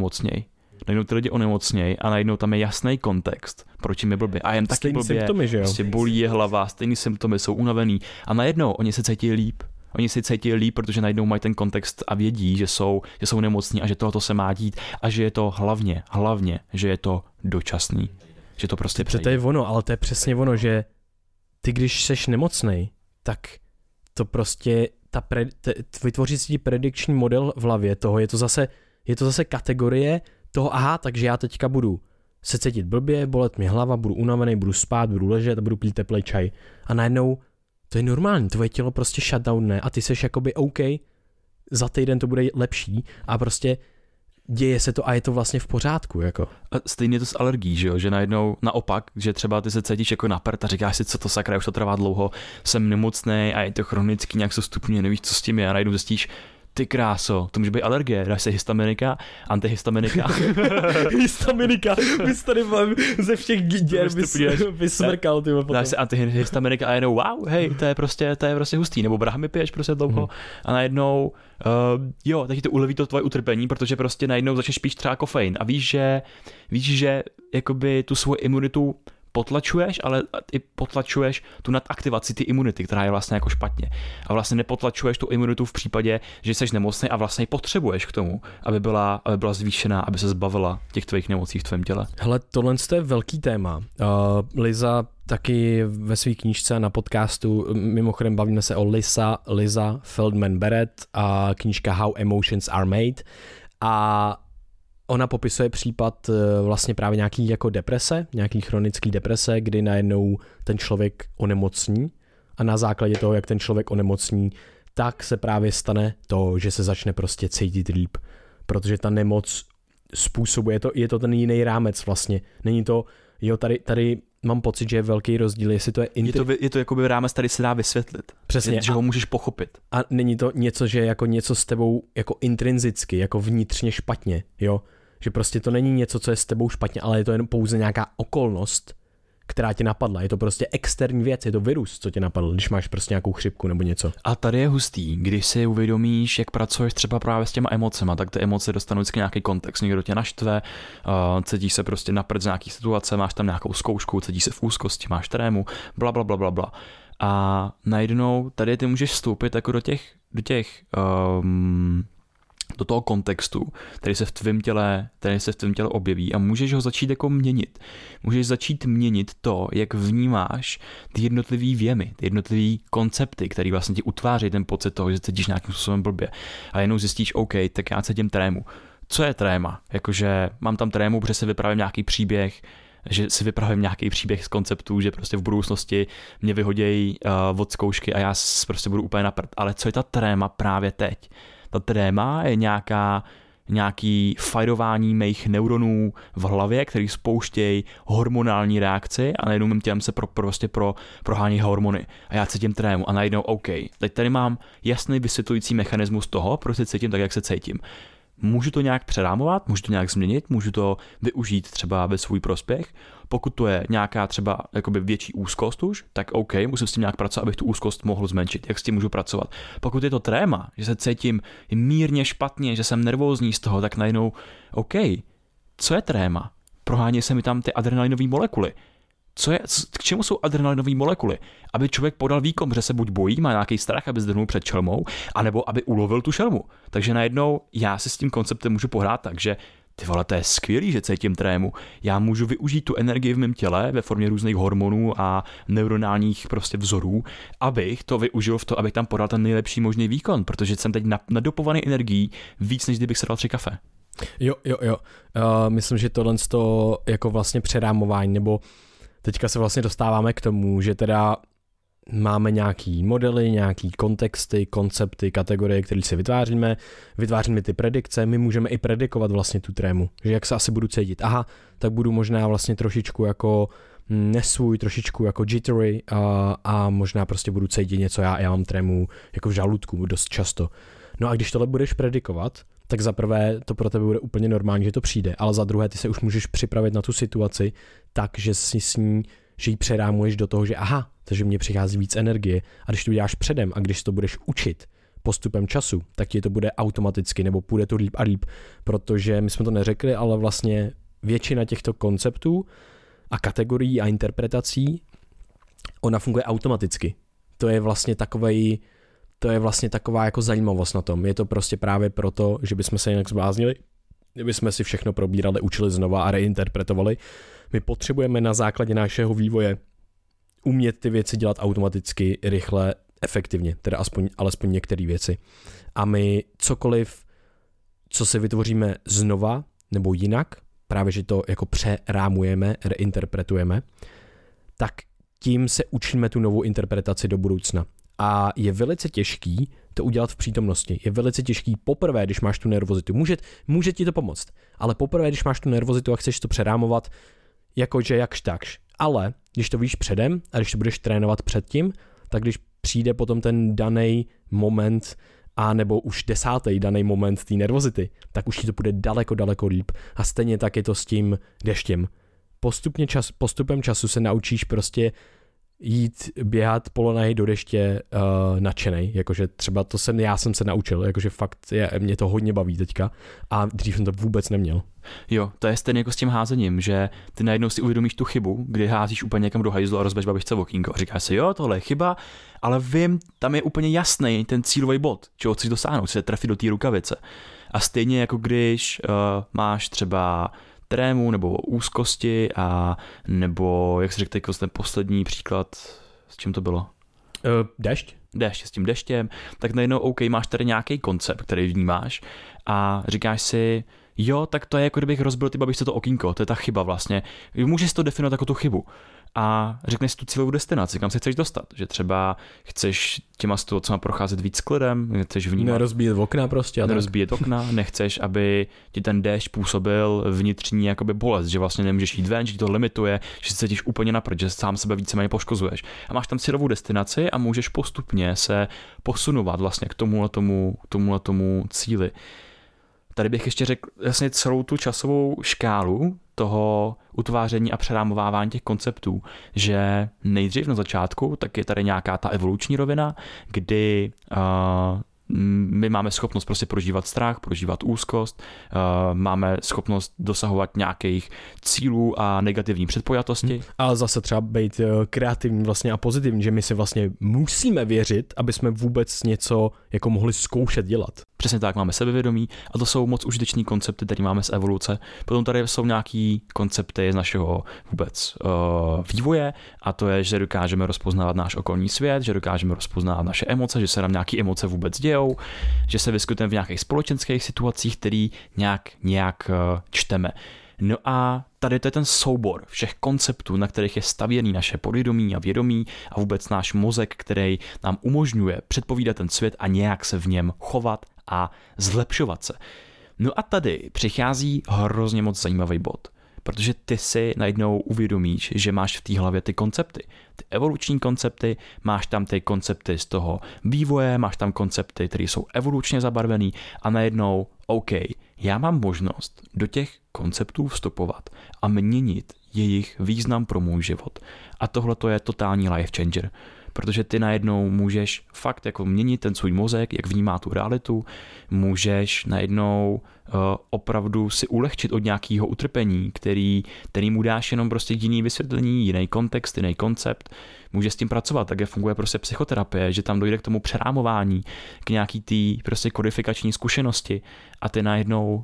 onemocnějí a najednou tam je jasný kontext, proč jim je blbě. A jen taky stejný blbě, symptomy, že jo? Prostě bolí je hlava, stejný symptomy, jsou unavený a najednou oni se cítí líp. Oni si cítí líp, protože najednou mají ten kontext a vědí, že jsou nemocní a že tohoto se má dít a že je to hlavně, že je to dočasný. Že to prostě přejde. To je ono, ale to je přesně ono, že ty, když seš nemocnej, tak to prostě vytvoří si predikční model v hlavě toho, je to zase kategorie toho, aha, takže já teďka budu se cítit blbě, bolet mi hlava, budu unavený, budu spát, budu ležet a budu pít teplý čaj. A najednou to je normální, tvoje tělo prostě shutdowne a ty seš jakoby OK, za týden to bude lepší a prostě děje se to a je to vlastně v pořádku. Jako. A stejně to s alergií, že jo? Že najednou naopak, že třeba ty se cítíš jako na prd a říkáš si, co to sakra, už to trvá dlouho, jsem nemocnej a je to chronický, nějak se stupňuje, nevíš, co s tím je a najednou zjistíš, ty kráso, to může být alergie, dáš si histaminika, antihistaminika. Histaminika, bys tady ze všech děr vysmrkal. Dáš si antihistaminika a jenom wow, hej, to je prostě hustý, nebo brahmy piješ prostě dlouho a najednou, jo, tak ti to uleví to tvoje utrpení, protože prostě najednou začneš pít třeba kofein a víš, že jakoby tu svoji imunitu potlačuješ, ale i potlačuješ tu nadaktivaci ty imunity, která je vlastně jako špatně. A vlastně nepotlačuješ tu imunitu v případě, že jsi nemocný a vlastně ji potřebuješ k tomu, aby byla zvýšená, aby se zbavila těch tvých nemocí v tvém těle. Hele, tohle je velký téma. Liza taky ve své knížce na podcastu, mimochodem bavíme se o Liza Feldman-Barrett a knížka How Emotions Are Made a ona popisuje případ vlastně právě nějaký jako deprese, nějaký chronický deprese, kdy najednou ten člověk onemocní a na základě toho, jak ten člověk onemocní, tak se právě stane to, že se začne prostě cítit líp, protože ta nemoc způsobuje, je to ten jiný rámec vlastně. Není to, jo, tady mám pocit, že je velký rozdíl, jestli to je... Je to jakoby rámec, tady se dá vysvětlit. Přesně. Že ho můžeš pochopit. A není to něco, že jako něco s tebou jako intrinzicky, jako vnitřně špatně, jo? Že prostě to není něco, co je s tebou špatně, ale je to jen pouze nějaká okolnost, která tě napadla. Je to prostě externí věc, je to virus, co tě napadl, když máš prostě nějakou chřipku nebo něco. A tady je hustý, když si uvědomíš, jak pracuješ třeba právě s těma emocema, tak ty emoce dostanou vždycky nějaký kontext. Někdo tě naštve, cítíš se prostě na prd z nějaký situace, máš tam nějakou zkoušku, cítíš se v úzkosti, máš trému, bla bla bla bla bla. A najednou tady ty můžeš vstoupit jako do toho kontextu, který se v tvém těle objeví a můžeš ho začít jako měnit. Můžeš začít měnit to, jak vnímáš ty jednotlivý věmy, ty jednotlivý koncepty, který vlastně ti utváří ten pocit toho, že cítíš nějakým způsobem blbě. A jenom zjistíš, OK, tak já cítím trému. Co je tréma? Jakože mám tam trému, protože si vypravím nějaký příběh, z konceptů, že prostě v budoucnosti mě vyhodějí od zkoušky a já prostě budu úplně na prd. Ale co je ta tréma právě teď? Ta tréma je nějaký fajrování mých neuronů v hlavě, který spouštějí hormonální reakci a najednou mým tělem se prohání hormony. A já cítím trému a najednou OK. Teď tady mám jasný vysvětlující mechanismus toho, proč se cítím tak, jak se cítím. můžu to nějak přerámovat, můžu to nějak změnit, můžu to využít třeba ve svůj prospěch. Pokud to je nějaká třeba jakoby větší úzkost už, tak OK, musím s tím nějak pracovat, abych tu úzkost mohl zmenšit. Jak s tím můžu pracovat? Pokud je to tréma, že se cítím mírně špatně, že jsem nervózní z toho, tak najednou OK, co je tréma? Prohání se mi tam ty adrenalinové molekuly. K čemu jsou adrenalinové molekuly? Aby člověk podal výkon, protože se buď bojí, má nějaký strach, aby zdrhnul před šelmou, anebo aby ulovil tu šelmu. Takže najednou já si s tím konceptem můžu pohrát tak, že ty vole, to je skvělý, že cítím trému. Já můžu využít tu energii v mém těle ve formě různých hormonů a neuronálních prostě vzorů, abych to využil v to, abych tam podal ten nejlepší možný výkon, protože jsem teď nadopovaný energií víc, než kdybych se dal 3 kafe. Jo. Myslím, že tohle jako vlastně přerámování, nebo teďka se vlastně dostáváme k tomu, že teda máme nějaký modely, nějaký kontexty, koncepty, kategorie, které si vytváříme ty predikce, my můžeme i predikovat vlastně tu trému, že jak se asi budu cítit. Aha, tak budu možná vlastně trošičku jako nesvůj, trošičku jako jittery a možná prostě budu cítit něco, já mám trému jako v žaludku dost často. No a když tohle budeš predikovat, tak za prvé to pro tebe bude úplně normální, že to přijde, ale za druhé ty se už můžeš připravit na tu situaci tak, že si s ní, že ji přerámuješ do toho, že aha, takže mě přichází víc energie a když to uděláš předem a když to budeš učit postupem času, tak ti to bude automaticky nebo půjde to líp a líp, protože my jsme to neřekli, ale vlastně většina těchto konceptů a kategorií a interpretací, ona funguje automaticky. To je vlastně taková jako zajímavost na tom. Je to prostě právě proto, že bychom se jinak zbláznili, kdybychom si všechno probírali, učili znova a reinterpretovali. My potřebujeme na základě našeho vývoje umět ty věci dělat automaticky, rychle, efektivně, teda alespoň některé věci. A my cokoliv, co si vytvoříme znova nebo jinak, právě že to jako přerámujeme, reinterpretujeme, tak tím se učíme tu novou interpretaci do budoucna. A je velice těžký to udělat v přítomnosti. Je velice těžký poprvé, když máš tu nervozitu. Může ti to pomoct, ale poprvé, když máš tu nervozitu a chceš to přerámovat, jakože jakž takž. Ale když to víš předem a když to budeš trénovat předtím, tak když přijde potom ten daný moment a nebo už 10. daný moment té nervozity, tak už ti to bude daleko líp. A stejně tak je to s tím deštěm. Postupem času se naučíš prostě jít běhat polonahý do deště nadšenej, jakože třeba já jsem se naučil, jakože fakt mě to hodně baví teďka a dřív jsem to vůbec neměl. Jo, to je stejně jako s tím házením, že ty najednou si uvědomíš tu chybu, kdy házíš úplně někam do hajzlu a rozbeš babičce okýnko a říkáš si, jo, tohle je chyba, ale vím, tam je úplně jasný ten cílový bod, čeho chceš dosáhnout, chceš se trefit do té rukavice. A stejně jako když máš třeba trému nebo úzkosti a nebo, jak jsi řekl, jako ten poslední příklad, s čím to bylo? Dešť, s tím deštěm, tak najednou OK, máš tady nějaký koncept, který vnímáš a říkáš si, jo, tak to je jako kdybych rozbil ty babičce to okýnko, to je ta chyba vlastně. Můžeš si to definovat jako tu chybu a řekneš si tu cílovou destinaci, kam se chceš dostat, že třeba chceš těma situacemi procházet víc klidem, chceš vnímat. Nerozbíjet okna prostě. Nerozbíjet okna, nechceš, aby ti ten déšť působil vnitřní jakoby bolest, že vlastně nemůžeš jít ven, že ti to limituje, že se cítíš úplně na prd, že sám sebe víceméně poškozuješ. A máš tam cílovou destinaci a můžeš postupně se posunovat vlastně k tomuhletomu cíli. Tady bych ještě řekl vlastně celou tu časovou škálu toho utváření a přerámovávání těch konceptů, že nejdřív na začátku tak je tady nějaká ta evoluční rovina, kdy my máme schopnost prostě prožívat strach, prožívat úzkost, máme schopnost dosahovat nějakých cílů a negativní předpojatosti. Ale zase třeba být kreativní vlastně a pozitivní, že my si vlastně musíme věřit, aby jsme vůbec něco jako mohli zkoušet dělat. Přesně tak, máme sebevědomí a to jsou moc užitečný koncepty, které máme z evoluce. Potom tady jsou nějaký koncepty z našeho vůbec vývoje a to je, že dokážeme rozpoznávat náš okolní svět, že dokážeme rozpoznávat naše emoce, že se nám nějaké emoce vůbec dějou, že se vyskytujeme v nějakých společenských situacích, který nějak čteme. No a tady to je ten soubor všech konceptů, na kterých je stavěný naše podvědomí a vědomí a vůbec náš mozek, který nám umožňuje předpovídat ten svět a nějak se v něm chovat a zlepšovat se. No a tady přichází hrozně moc zajímavý bod, protože ty si najednou uvědomíš, že máš v té hlavě ty koncepty. Ty evoluční koncepty, máš tam ty koncepty z toho vývoje, máš tam koncepty, které jsou evolučně zabarvený a najednou, OK, já mám možnost do těch konceptů vstupovat a měnit jejich význam pro můj život. A tohle to je totální life changer. Protože ty najednou můžeš fakt jako měnit ten svůj mozek, jak vnímá tu realitu, můžeš najednou opravdu si ulehčit od nějakého utrpení, který mu dáš jenom prostě jiný vysvětlení, jiný kontext, jiný koncept, můžeš s tím pracovat, tak funguje prostě psychoterapie, že tam dojde k tomu přerámování, k nějaký té prostě kodifikační zkušenosti a ty najednou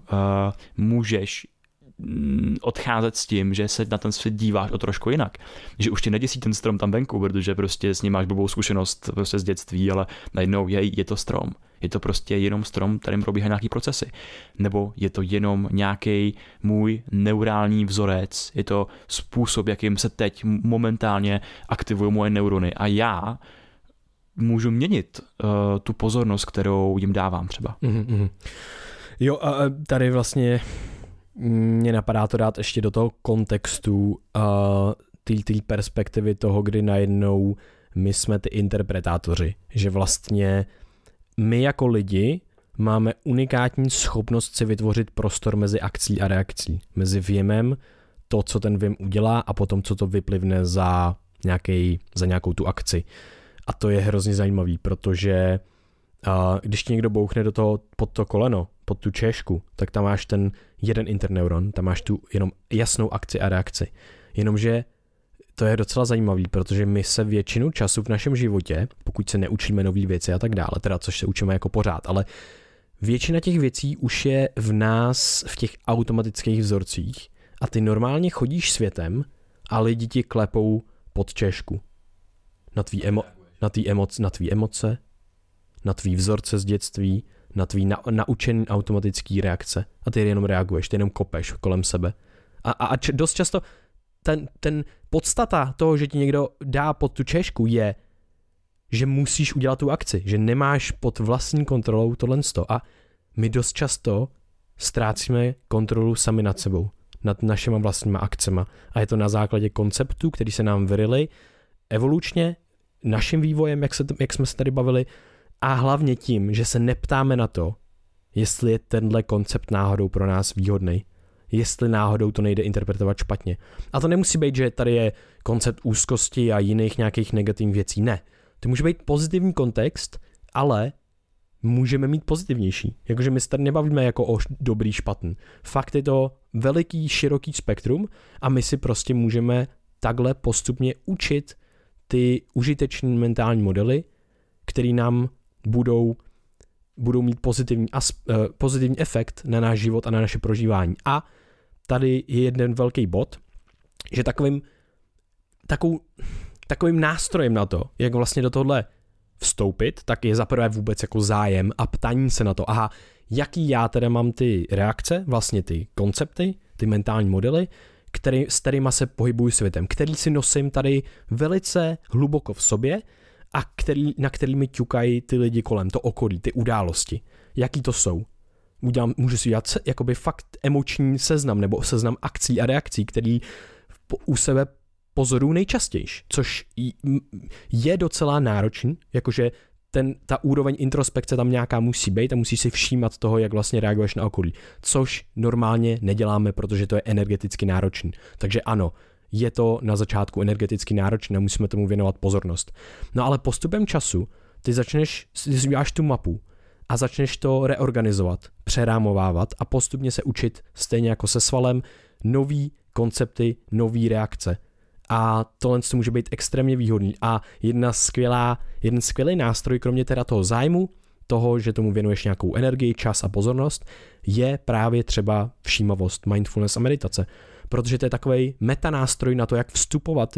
můžeš odcházet s tím, že se na ten svět díváš o trošku jinak. Že už tě neděsí ten strom tam venku, protože prostě s ním máš blbou zkušenost prostě z dětství, ale najednou je to strom. Je to prostě jenom strom, kterým probíhají nějaký procesy. Nebo je to jenom nějaký můj neurální vzorec. Je to způsob, jakým se teď momentálně aktivují moje neurony. A já můžu měnit tu pozornost, kterou jim dávám třeba. Mm-hmm. Jo, a tady vlastně mě napadá to dát ještě do toho kontextu té perspektivy toho, kdy najednou my jsme ty interpretátoři, že vlastně my jako lidi máme unikátní schopnost si vytvořit prostor mezi akcí a reakcí, mezi věmem, to, co ten věm udělá a potom, co to vyplivne za nějakou tu akci. A to je hrozně zajímavý, protože když ti někdo bouchne do toho pod to koleno, pod tu češku, tak tam máš ten jeden interneuron, tam máš tu jenom jasnou akci a reakci. Jenomže to je docela zajímavý, protože my se většinu času v našem životě, pokud se neučíme nový věci a tak dále, teda což se učíme jako pořád, ale většina těch věcí už je v nás v těch automatických vzorcích a ty normálně chodíš světem a lidi ti klepou pod češku. Na tvý emoce, na tvý vzorce z dětství, na tvý naučený automatický reakce a ty jenom reaguješ, ty jenom kopeš kolem sebe. A dost často ten podstata toho, že ti někdo dá pod tu češku je, že musíš udělat tu akci, že nemáš pod vlastní kontrolou tohleto a my dost často ztrácíme kontrolu sami nad sebou, nad našima vlastníma akcema a je to na základě konceptů, který se nám vyrily evolučně, naším vývojem, jak jsme se tady bavili, a hlavně tím, že se neptáme na to, jestli je tenhle koncept náhodou pro nás výhodný, jestli náhodou to nejde interpretovat špatně. A to nemusí být, že tady je koncept úzkosti a jiných nějakých negativních věcí. Ne. To může být pozitivní kontext, ale můžeme mít pozitivnější. Jakože my se tady nebavíme jako o dobrý, špatný. Fakt je to veliký, široký spektrum a my si prostě můžeme takhle postupně učit ty užitečné mentální modely, které nám budou mít pozitivní efekt na náš život a na naše prožívání. A tady je jeden velký bod, že takovým nástrojem na to, jak vlastně do tohle vstoupit, tak je zaprvé vůbec jako zájem a ptání se na to, aha, jaký já teda mám ty reakce, vlastně ty koncepty, ty mentální modely, s kterýma se pohybuju světem, který si nosím tady velice hluboko v sobě a na kterými ťukají ty lidi kolem, to okolí, ty události. Jaký to jsou? Můžu si udělat jakoby fakt emoční seznam nebo seznam akcí a reakcí, který u sebe pozoruju nejčastěji, což je docela náročný, jakože ta úroveň introspekce tam nějaká musí být a musíš si všímat toho, jak vlastně reaguješ na okolí, což normálně neděláme, protože to je energeticky náročný. Takže ano, je to na začátku energeticky náročné a musíme tomu věnovat pozornost. No ale postupem času ty uděláš tu mapu a začneš to reorganizovat, přerámovávat a postupně se učit stejně jako se svalem nový koncepty, nový reakce. A tohle může být extrémně výhodný a jeden skvělý nástroj, kromě teda toho zájmu, toho, že tomu věnuješ nějakou energii, čas a pozornost, je právě třeba všímavost, mindfulness a meditace. Protože to je takovej metanástroj na to, jak vstupovat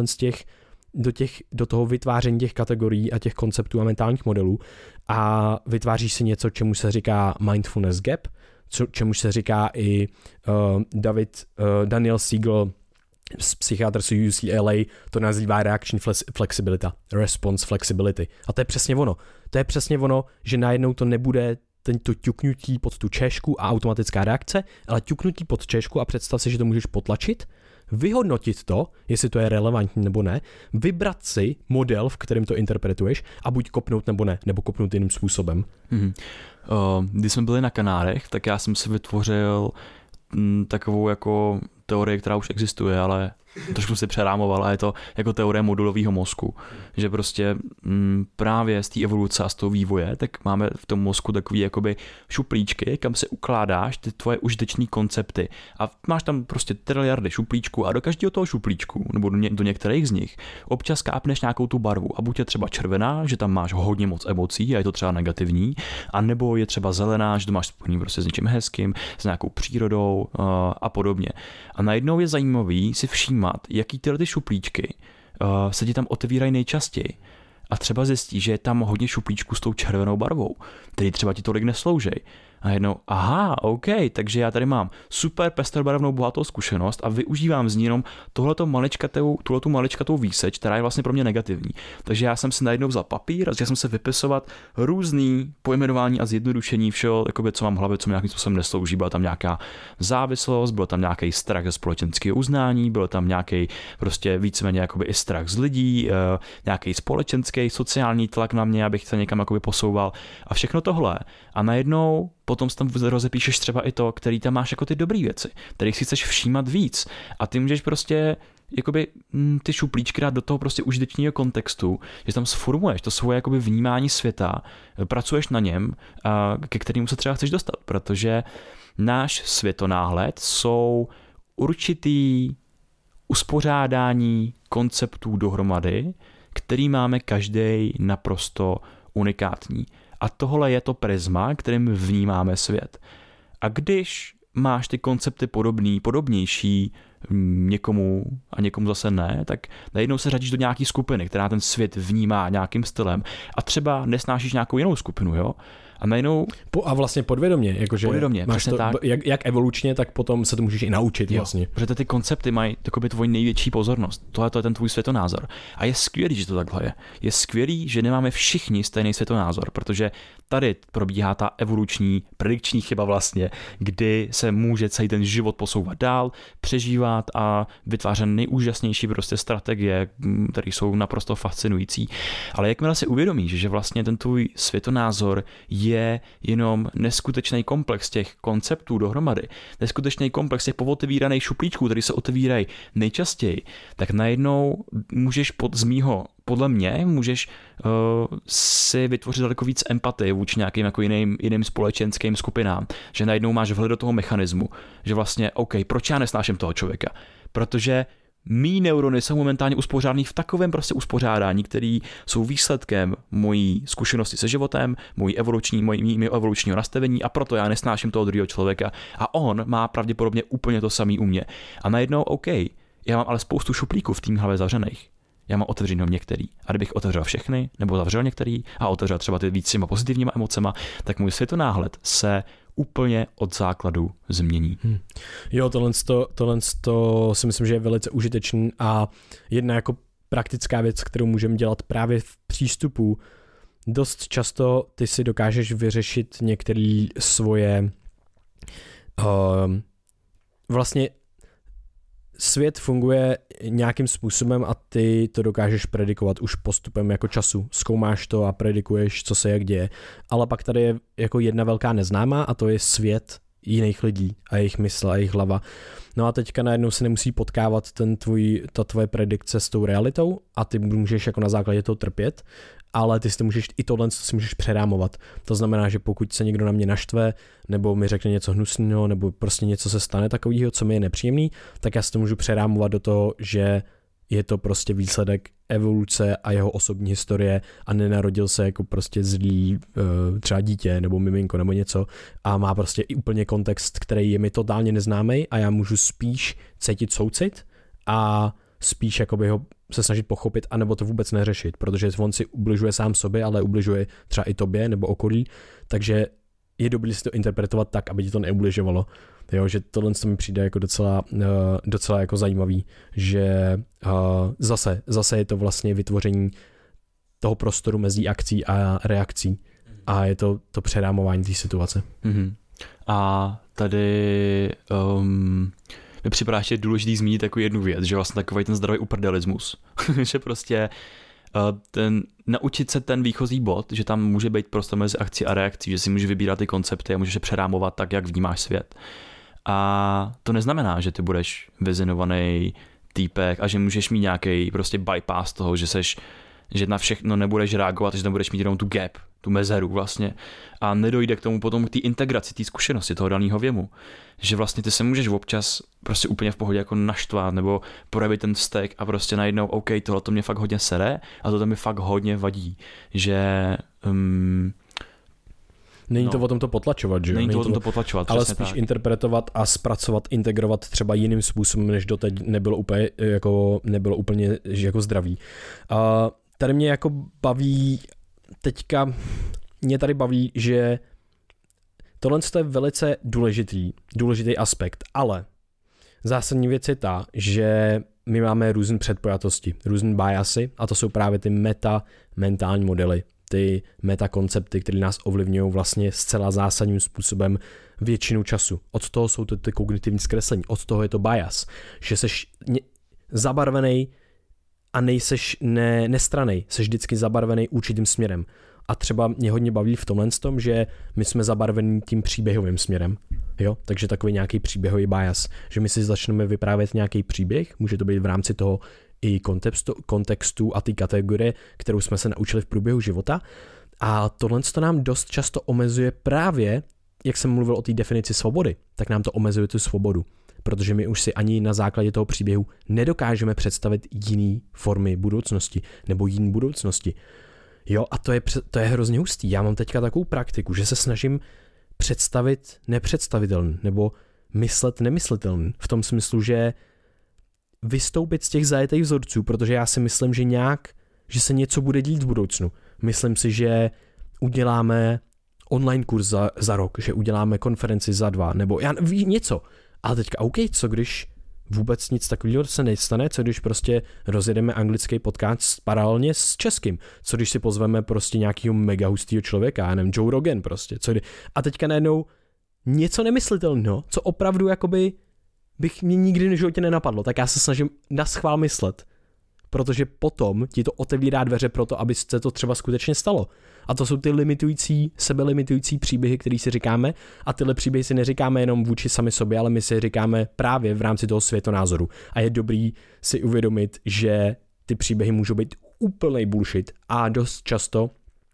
do toho vytváření těch kategorií a těch konceptů a mentálních modelů a vytváříš si něco, čemu se říká mindfulness gap, čemu se říká i Daniel Siegel, psychiatr z UCLA, to nazývá reaction flexibility, response flexibility. A to je přesně ono. To je přesně ono, že najednou to nebude tento ťuknutí pod tu češku a automatická reakce, ale ťuknutí pod češku a představ si, že to můžeš potlačit, vyhodnotit to, jestli to je relevantní nebo ne, vybrat si model, v kterém to interpretuješ a buď kopnout nebo ne, nebo kopnout jiným způsobem. Když jsme byli na Kanárech, tak já jsem si vytvořil takovou jako teorii, která už existuje, ale trošku si přerámoval a je to jako teorie modulového mozku, že prostě právě z té evoluce a z toho vývoje, tak máme v tom mozku takový jakoby šuplíčky, kam se ukládáš ty tvoje užitečné koncepty a máš tam prostě triliardy šuplíčků a do každého toho šuplíčku, nebo do některých z nich, občas kápneš nějakou tu barvu a buď je třeba červená, že tam máš hodně moc emocí a je to třeba negativní, a nebo je třeba zelená, že to máš spojený prostě s něčím hezkým, s nějakou přírodou a podobně. A najednou je zajímavý si všímat, jaký tyhle ty šuplíčky se ti tam otevírají nejčastěji. A třeba zjistí, že je tam hodně šuplíčků s tou červenou barvou, který třeba ti tolik nesloužej. A jednou, aha, OK, takže já tady mám super pestrobarevnou bohatou zkušenost a využívám z ní jenom tuhletu maličkatou výseč, která je vlastně pro mě negativní. Takže já jsem si najednou vzal papír a začal jsem se vypisovat různý pojmenování a zjednodušení všeho, jakoby, co mám v hlavě, co mi nějakým způsobem neslouží. Byla tam nějaká závislost, byl tam nějaký strach ze společenského uznání, byl tam nějaký prostě víceméně jakoby i strach z lidí, nějaký společenský, sociální tlak na mě, abych se někam jakoby posouval a všechno tohle. A najednou potom tam rozepíšeš třeba i to, který tam máš jako ty dobrý věci, kterých si chceš všímat víc. A ty můžeš prostě jakoby ty šuplíčky dát do toho prostě užitečného kontextu, že tam sformuješ to svoje jakoby vnímání světa, pracuješ na něm, ke kterému se třeba chceš dostat, protože náš světonáhled jsou určitý uspořádání konceptů dohromady, který máme každý naprosto unikátní. A tohle je to prisma, kterým vnímáme svět. A když máš ty koncepty podobnější někomu a někomu zase ne, tak najednou se řadíš do nějaký skupiny, která ten svět vnímá nějakým stylem a třeba nesnášíš nějakou jinou skupinu, jo? A najednou... A vlastně podvědomě, jakože podvědomě, máš to, tak. Jak evolučně, tak potom se to můžeš i naučit vlastně. Protože ty koncepty mají takový tvoji největší pozornost. Tohle to je ten tvůj světonázor. A je skvělý, že to takhle je. Je skvělý, že nemáme všichni stejný světonázor, protože tady probíhá ta evoluční predikční chyba vlastně, kdy se může celý ten život posouvat dál, přežívat a vytvářet nejúžasnější prostě strategie, které jsou naprosto fascinující. Ale jakmile si uvědomíš, že vlastně ten tvůj světonázor je jenom neskutečný komplex těch konceptů dohromady, neskutečný komplex těch povotevíraných šuplíčků, které se otevírají nejčastěji, tak najednou můžeš podle mě můžeš si vytvořit daleko víc empatie vůči nějakým jako jiným společenským skupinám, že najednou máš vhled do toho mechanismu, že vlastně OK, proč já nesnáším toho člověka? Protože mý neurony jsou momentálně uspořádaný v takovém prostě uspořádání, který jsou výsledkem mojí zkušenosti se životem, mýho evolučního nastavení a proto já nesnáším toho druhého člověka a on má pravděpodobně úplně to samý u mě. A najednou OK, já mám ale spoustu šuplíků v tým hlavě zavřených. Já mám otevřít jenom některý. A kdybych otevřel všechny, nebo zavřel některý a otevřel třeba ty víc těma pozitivníma emocema, tak můj světonáhled se úplně od základu změní. Jo, tohle si myslím, že je velice užitečný a jedna jako praktická věc, kterou můžeme dělat právě v přístupu. Dost často ty si dokážeš vyřešit některé svoje vlastně svět funguje nějakým způsobem a ty to dokážeš predikovat už postupem jako času. Zkoumáš to a predikuješ, co se jak děje. Ale pak tady je jako jedna velká neznámá a to je svět jiných lidí a jejich mysl a jejich hlava. No a teďka najednou se nemusí potkávat ta tvoje predikce s tou realitou a ty můžeš jako na základě toho trpět, ale ty si to můžeš, i tohle si můžeš přerámovat. To znamená, že pokud se někdo na mě naštve, nebo mi řekne něco hnusného, nebo prostě něco se stane takového, co mi je nepříjemný, tak já si to můžu přerámovat do toho, že je to prostě výsledek evoluce a jeho osobní historie a nenarodil se jako prostě zlý třeba dítě nebo miminko nebo něco a má prostě i úplně kontext, který je mi totálně neznámý a já můžu spíš cítit soucit a spíš jakoby ho se snažit pochopit, anebo to vůbec neřešit, protože on si ubližuje sám sobě, ale ubližuje třeba i tobě nebo okolí, takže je dobré si to interpretovat tak, aby ti to neubližovalo. Jo, že tohle mi přijde jako docela jako zajímavý, že zase je to vlastně vytvoření toho prostoru mezi akcí a reakcí. a je to přerámování té situace. A tady mi připadá ještě důležitý zmínit jako jednu věc, že vlastně takový ten zdravý uprdelismus, že prostě naučit se ten výchozí bod, že tam může být prostor mezi akcí a reakcí, že si můžeš vybírat ty koncepty a můžeš je přerámovat tak, jak vnímáš svět. A to neznamená, že ty budeš vyzinovaný týpek a že můžeš mít nějaký prostě bypass toho, že na všechno nebudeš reagovat, že tam budeš mít jenom tu gap, tu mezeru vlastně a nedojde k tomu potom k té integraci, té zkušenosti toho daného věmu. Že vlastně ty se můžeš občas prostě úplně v pohodě jako naštvát nebo projevit ten vztek a prostě najednou OK, tohle to mě fakt hodně sere a tohle mi fakt hodně vadí, že Není to o tom to potlačovat, že jo? Není to o tom to potlačovat, ale spíš tak. Interpretovat a zpracovat, integrovat třeba jiným způsobem, než doteď nebylo úplně jako zdravý. Tady mě jako baví, že tohle je velice důležitý aspekt, ale zásadní věc je ta, že my máme různé předpojatosti, různé biasy a to jsou právě ty mentální modely, ty metakoncepty, které nás ovlivňují vlastně zcela zásadním způsobem většinu času. Od toho jsou to ty kognitivní zkreslení, od toho je to bias, že seš zabarvený a nejseš nestranný, seš vždycky zabarvený určitým směrem. A třeba mě hodně baví v tomhle tom, že my jsme zabarvení tím příběhovým směrem. Jo? Takže takový nějaký příběhový bias, že my si začneme vyprávět nějaký příběh, může to být v rámci toho i kontextu a té kategorie, kterou jsme se naučili v průběhu života. A tohle to nám dost často omezuje právě, jak jsem mluvil o té definici svobody, tak nám to omezuje tu svobodu. Protože my už si ani na základě toho příběhu nedokážeme představit jiný formy budoucnosti nebo jiný budoucnosti. Jo, a to je hrozně hustý. Já mám teďka takovou praktiku, že se snažím představit nepředstavitelný nebo myslet nemyslitelný. V tom smyslu, že vystoupit z těch zajetých vzorců, protože já si myslím, že se něco bude dít v budoucnu. Myslím si, že uděláme online kurz za rok, že uděláme konferenci za 2, nebo já nevím něco. Ale teďka OK, co když vůbec nic takového se nestane, co když prostě rozjedeme anglický podcast paralelně s českým, co když si pozveme prostě nějakého mega hustýho člověka, já nevím, Joe Rogan prostě, a teďka najednou něco nemyslitelného, co opravdu jakoby bych mě nikdy v životě nenapadlo, tak já se snažím naschvál myslet, protože potom ti to otevírá dveře pro to, aby se to třeba skutečně stalo. A to jsou ty sebelimitující příběhy, které si říkáme a tyhle příběhy si neříkáme jenom vůči sami sobě, ale my si říkáme právě v rámci toho světonázoru. A je dobrý si uvědomit, že ty příběhy můžou být úplnej bullshit a dost často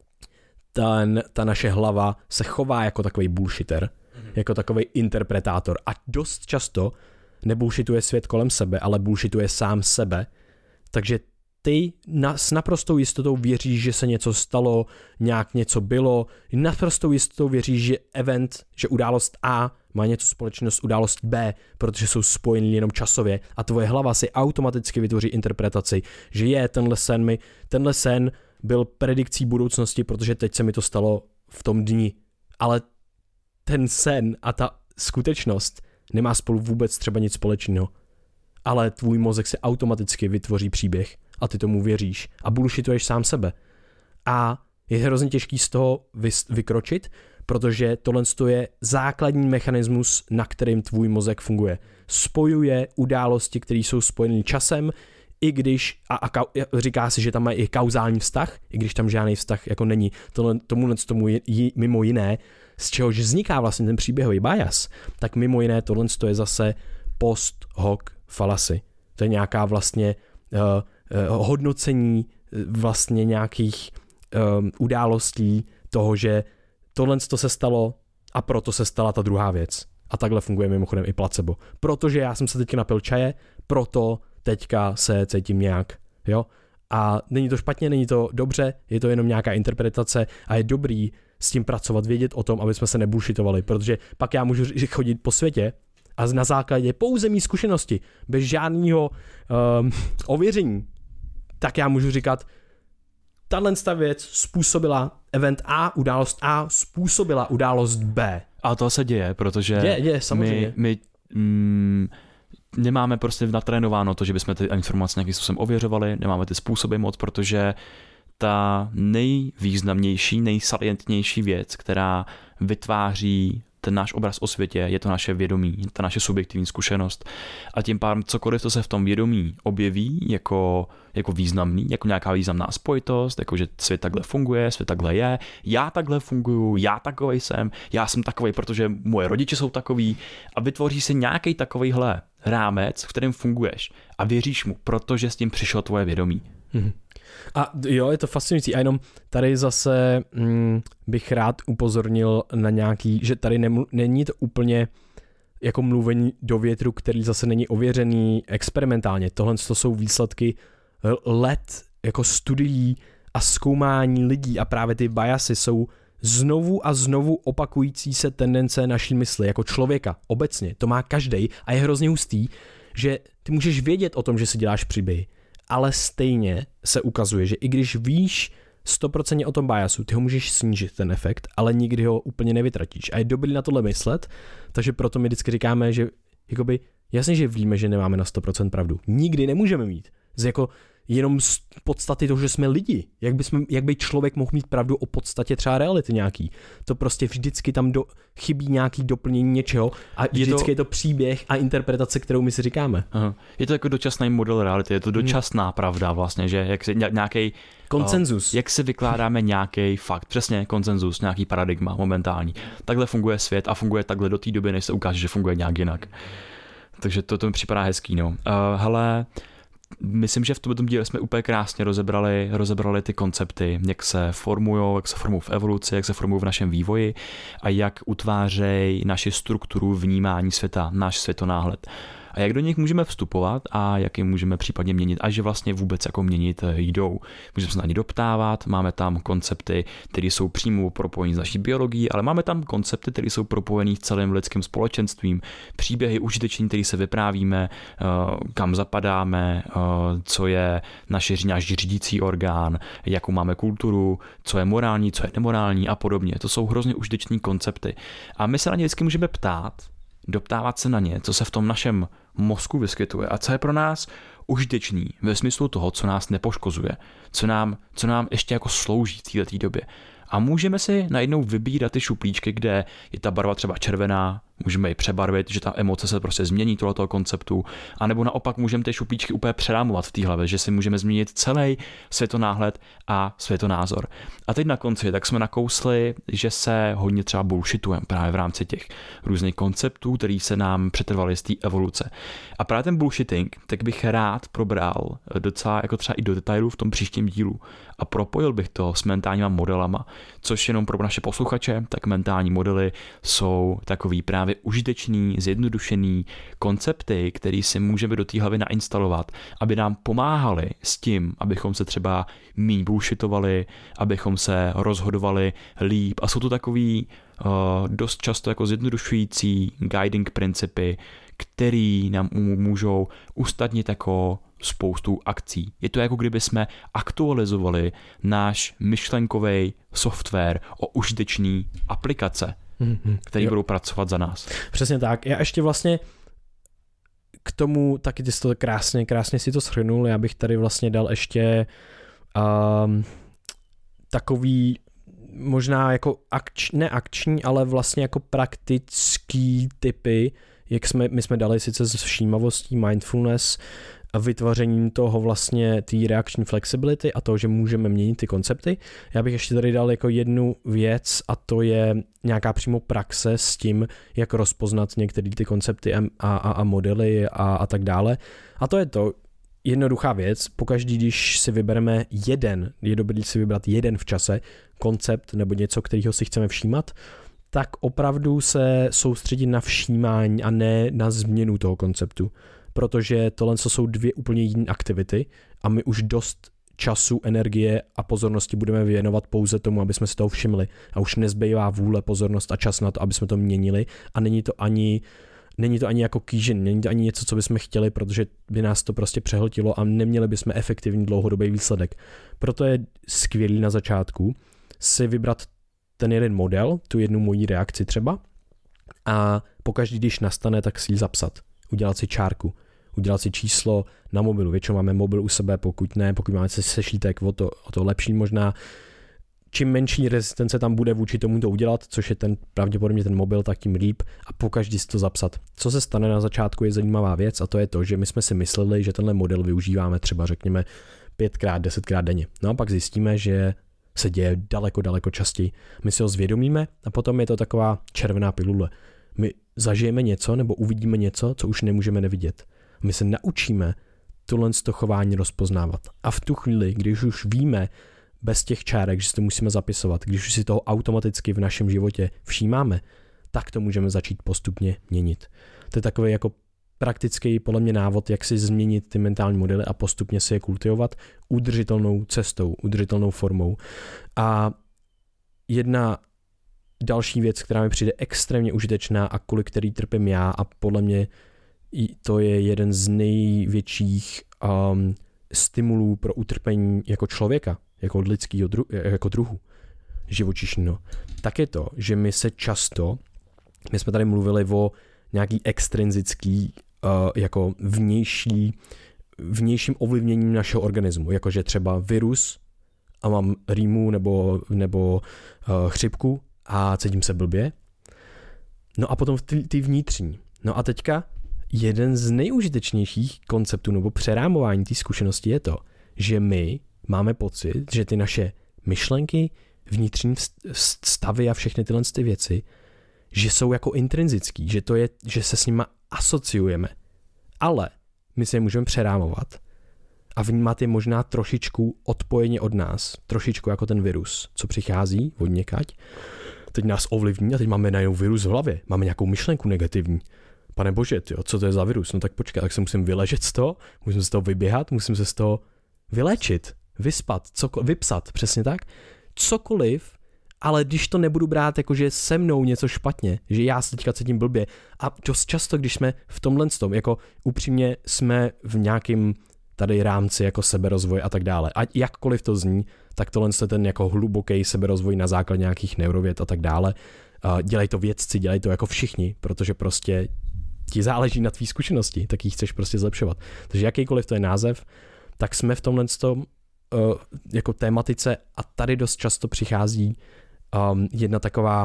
ta naše hlava se chová jako takový bullshitter, jako takový interpretátor a dost často nebullshituje svět kolem sebe, ale bullshituje sám sebe. Takže ty s naprostou jistotou věříš, že se něco stalo, nějak něco bylo, naprostou jistotou věříš, že událost A má něco společného s událostí B, protože jsou spojeny jenom časově a tvoje hlava si automaticky vytvoří interpretaci, že tenhle sen byl predikcí budoucnosti, protože teď se mi to stalo v tom dni, ale ten sen a ta skutečnost nemá spolu vůbec třeba nic společného. Ale tvůj mozek si automaticky vytvoří příběh a ty tomu věříš a bullshituješ sám sebe. A je hrozně těžký z toho vykročit, protože tohle je základní mechanismus, na kterým tvůj mozek funguje. Spojuje události, které jsou spojené časem, i když, a říká si, že tam má i kauzální vztah, i když tam žádný vztah jako není. Tomu mimo jiné, z čehož vzniká vlastně ten příběhový bias, tak mimo jiné tohle je zase post hoc fallacy. To je nějaká vlastně hodnocení vlastně nějakých událostí toho, že tohle se stalo a proto se stala ta druhá věc. A takhle funguje mimochodem i placebo. Protože já jsem se teďka napil čaje, proto teďka se cítím nějak. Jo? A není to špatně, není to dobře, je to jenom nějaká interpretace a je dobrý s tím pracovat, vědět o tom, aby jsme se nebullshitovali, protože pak já můžu chodit po světě a na základě pouze mý zkušenosti, bez žádného ověření, tak já můžu říkat, tato věc způsobila event A, událost A, způsobila událost B. A to se děje, protože my nemáme prostě natrénováno to, že bychom ty informace nějakým způsobem ověřovali, nemáme ty způsoby moc, protože ta nejvýznamnější, nejsalientnější věc, která vytváří ten náš obraz o světě, je to naše vědomí, ta naše subjektivní zkušenost. A tím pádem cokoliv, co se v tom vědomí objeví jako významný, jako nějaká významná spojitost, jako že svět takhle funguje, svět takhle je, já takhle funguju, já takovej jsem, já jsem takovej, protože moje rodiče jsou takový a vytvoří si nějaký takovejhle rámec, v kterém funguješ a věříš mu, protože s tím přišlo tvoje vědomí. A jo, je to fascinující a jenom tady zase bych rád upozornil na nějaký, že tady není to úplně jako mluvení do větru, který zase není ověřený experimentálně. Tohle to jsou výsledky let jako studií a zkoumání lidí a právě ty biasy jsou znovu a znovu opakující se tendence naší mysli jako člověka obecně. To má každej a je hrozně hustý, že ty můžeš vědět o tom, že si děláš příběhy, ale stejně se ukazuje, že i když víš 100% o tom biasu, ty ho můžeš snížit ten efekt, ale nikdy ho úplně nevytratíš. A je dobrý na tohle myslet, takže proto my vždycky říkáme, že jakoby, jasně, že víme, že nemáme na 100% pravdu. Nikdy nemůžeme mít. Jako jenom z podstaty toho, že jsme lidi. Jak by člověk mohl mít pravdu o podstatě třeba reality nějaký. To prostě vždycky tam chybí nějaký doplnění něčeho a vždycky je to příběh a interpretace, kterou my si říkáme. Aha. Je to jako dočasný model reality, je to dočasná pravda vlastně, že jak si nějaký konsenzus. Jak si vykládáme nějaký fakt, přesně konsenzus, nějaký paradigma momentální. Takhle funguje svět a funguje takhle do té doby, než se ukáže, že funguje nějak jinak. Takže to mi připadá hezký, no. Hele, myslím, že v tomto díle jsme úplně krásně rozebrali ty koncepty, jak se formují v evoluci, jak se formují v našem vývoji a jak utvářejí naši strukturu vnímání světa, náš světonáhled. A jak do nich můžeme vstupovat a jak je můžeme případně měnit a že vlastně vůbec jako měnit jdou. Můžeme se na ně doptávat, máme tam koncepty, které jsou přímo propojení s naší biologií, ale máme tam koncepty, které jsou propojené s celým lidským společenstvím, příběhy užiteční, které se vyprávíme, kam zapadáme, co je náš řídící orgán, jakou máme kulturu, co je morální, co je nemorální a podobně. To jsou hrozně užiteční koncepty. A my se na ně vždycky můžeme ptát, doptávat se na ně, co se v tom našem mozku vyskytuje a co je pro nás užitečný ve smyslu toho, co nás nepoškozuje, co nám ještě jako slouží v této době. A můžeme si najednou vybírat ty šuplíčky, kde je ta barva třeba červená, můžeme ji přebarvit, že ta emoce se prostě změní tohoto konceptu, anebo naopak můžeme ty šuplíčky úplně přerámovat v té hlavě, že si můžeme změnit celý světonáhled a světonázor. A teď na konci, tak jsme nakousli, že se hodně třeba bullshitujeme právě v rámci těch různých konceptů, který se nám přetrvaly z té evoluce. A právě ten bullshitting, tak bych rád probral docela jako třeba i do detailu v tom příštím dílu a propojil bych to s mentálníma modelama, což jenom pro naše posluchače, tak mentální modely jsou takový právě užitečný, zjednodušený koncepty, který si můžeme do té hlavy nainstalovat, aby nám pomáhali s tím, abychom se třeba míň bullshitovali, abychom se rozhodovali líp. A jsou to takový dost často jako zjednodušující guiding principy, který nám můžou usnadnit jako spoustu akcí. Je to jako kdyby jsme aktualizovali náš myšlenkový software o užitečný aplikace, které budou pracovat za nás. Přesně tak. Já ještě vlastně k tomu, taky ty jsi to krásně si to shrnul, já bych tady vlastně dal ještě takový možná jako neakční, ale vlastně jako praktický typy, jak my jsme dali sice s všímavostí, mindfulness, vytvořením toho vlastně té reakční flexibility a toho, že můžeme měnit ty koncepty. Já bych ještě tady dal jako jednu věc a to je nějaká přímo praxe s tím, jak rozpoznat některé ty koncepty a modely a tak dále. A to je to jednoduchá věc. Pokaždý, když si vybereme je dobrý si vybrat jeden v čase koncept nebo něco, kterého si chceme všímat, tak opravdu se soustředit na všímání a ne na změnu toho konceptu. Protože tohle jsou dvě úplně jiné aktivity a my už dost času, energie a pozornosti budeme věnovat pouze tomu, aby jsme si toho všimli. A už nezbývá vůle, pozornost a čas na to, aby jsme to měnili a není to ani jako kýžin, není to ani něco, co bychom chtěli, protože by nás to prostě přehltilo a neměli bychom efektivní dlouhodobý výsledek. Proto je skvělý na začátku si vybrat ten jeden model, tu jednu moji reakci třeba a pokaždý, když nastane, tak si ji zapsat. Udělat si čárku. udělat si číslo na mobilu. Většinou máme mobil u sebe, pokud máme sešítek, o to lepší možná. Čím menší rezistence tam bude vůči tomu to udělat, což je pravděpodobně ten mobil, tak tím líp a pokaždý si to zapsat. Co se stane na začátku je zajímavá věc a to je to, že my jsme si mysleli, že tenhle model využíváme třeba řekněme 5x, 10x denně. No a pak zjistíme, že se děje daleko častěji. My si ho zvědomíme a potom je to taková červená pilule. My zažijeme něco nebo uvidíme něco, co už nemůžeme nevidět. My se naučíme tohle chování rozpoznávat. A v tu chvíli, když už víme bez těch čárek, že si to musíme zapisovat, když už si toho automaticky v našem životě všímáme, tak to můžeme začít postupně měnit. To je takový jako praktický podle mě návod, jak si změnit ty mentální modely a postupně si je kultivovat udržitelnou cestou, udržitelnou formou. A jedna další věc, která mi přijde extrémně užitečná a kvůli který trpím já a podle mě to je jeden z největších stimulů pro utrpení jako člověka, jako od lidského jako druhu živočišného, tak je to, že my jsme tady mluvili o nějaký extrinzický jako vnějším ovlivněním našeho organismu, jakože třeba virus a mám rýmu nebo chřipku a cítím se blbě. No a potom ty vnitřní. No a teďka jeden z nejužitečnějších konceptů nebo přerámování té zkušenosti je to, že my máme pocit, že ty naše myšlenky, vnitřní stavy a všechny tyhle věci, že jsou jako intrinzický, že se s nima asociujeme. Ale my se je můžeme přerámovat a vnímat je možná trošičku odpojeně od nás, trošičku jako ten virus, co přichází od někať. Teď nás ovlivní a teď máme najednou virus v hlavě, máme nějakou myšlenku negativní. Pane bože, tyjo, co to je za virus? No tak počkej, tak se musím vyležet z toho, musím z toho vyběhat, musím se z toho vyléčit, vyspat, vypsat, přesně tak. Cokoliv, ale když to nebudu brát jako, že se mnou něco špatně, že já se teďka cítím blbě a dost často, když jsme v tomhle tom, jako upřímně jsme v nějakým tady rámci jako seberozvoj a tak dále. A jakkoliv to zní, tak tohle je ten jako hluboký seberozvoj na základě nějakých neurověd a tak dále. Dělají to vědci, dělají to jako všichni, protože prostě ti záleží na tvý zkušenosti, tak ji chceš prostě zlepšovat. Takže jakýkoliv to je název, tak jsme v tomhle tom jako tématice a tady dost často přichází jedna taková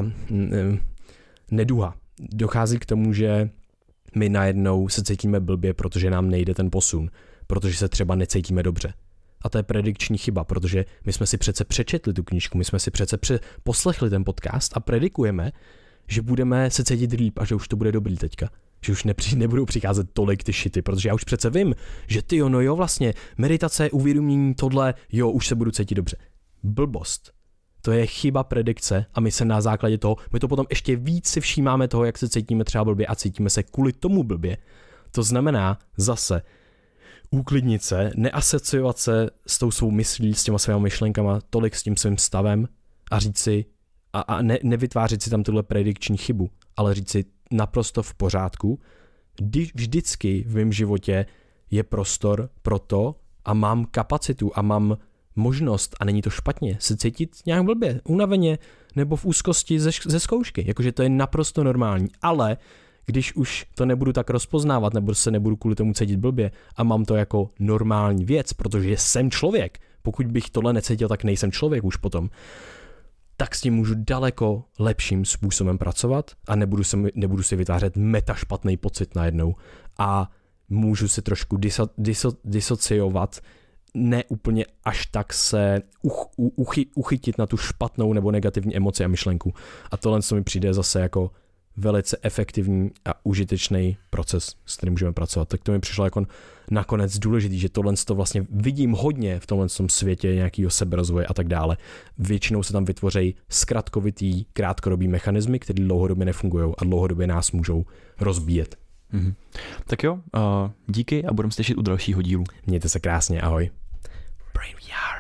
neduha. Dochází k tomu, že my najednou se cítíme blbě, protože nám nejde ten posun, protože se třeba necítíme dobře. A to je predikční chyba, protože my jsme si přece přečetli tu knížku, my jsme si přece poslechli ten podcast a predikujeme, že budeme se cítit líp a že už to bude dobrý teďka. Že už nebudou přicházet tolik ty shity, protože já už přece vím, že vlastně meditace, uvědomění, tohle, už se budu cítit dobře. Blbost. To je chyba predikce a my se na základě toho, my to potom ještě víc si všímáme toho, jak se cítíme třeba blbě a cítíme se kvůli tomu blbě. To znamená zase uklidnit se, neasociovat se s tou svou myslí, s těma svýma myšlenkama, tolik s tím svým stavem a říct si, a nevytvářet si tam tuhle predikční chybu, ale říct si naprosto v pořádku, vždycky v mém životě je prostor pro to a mám kapacitu a mám možnost, a není to špatně, se cítit nějak blbě, unaveně nebo v úzkosti ze zkoušky, jakože to je naprosto normální, ale když už to nebudu tak rozpoznávat nebo se nebudu kvůli tomu cítit blbě a mám to jako normální věc, protože jsem člověk, pokud bych tohle necítil, tak nejsem člověk už potom, tak s tím můžu daleko lepším způsobem pracovat a nebudu si vytvářet meta špatný pocit najednou a můžu si trošku disociovat, ne úplně až tak se uchytit na tu špatnou nebo negativní emoci a myšlenku. A tohle mi přijde zase jako velice efektivní a užitečný proces, s kterým můžeme pracovat. Tak to mi přišlo jako nakonec důležitý, že tohle to vlastně vidím hodně v tomhle světě nějakého seberozvoje a tak dále. Většinou se tam vytvoří zkratkovitý, krátkodobý mechanismy, které dlouhodobě nefungují a dlouhodobě nás můžou rozbíjet. Mm-hmm. Tak jo, díky a budeme se těšit u dalšího dílu. Mějte se krásně, ahoj. Brain VR.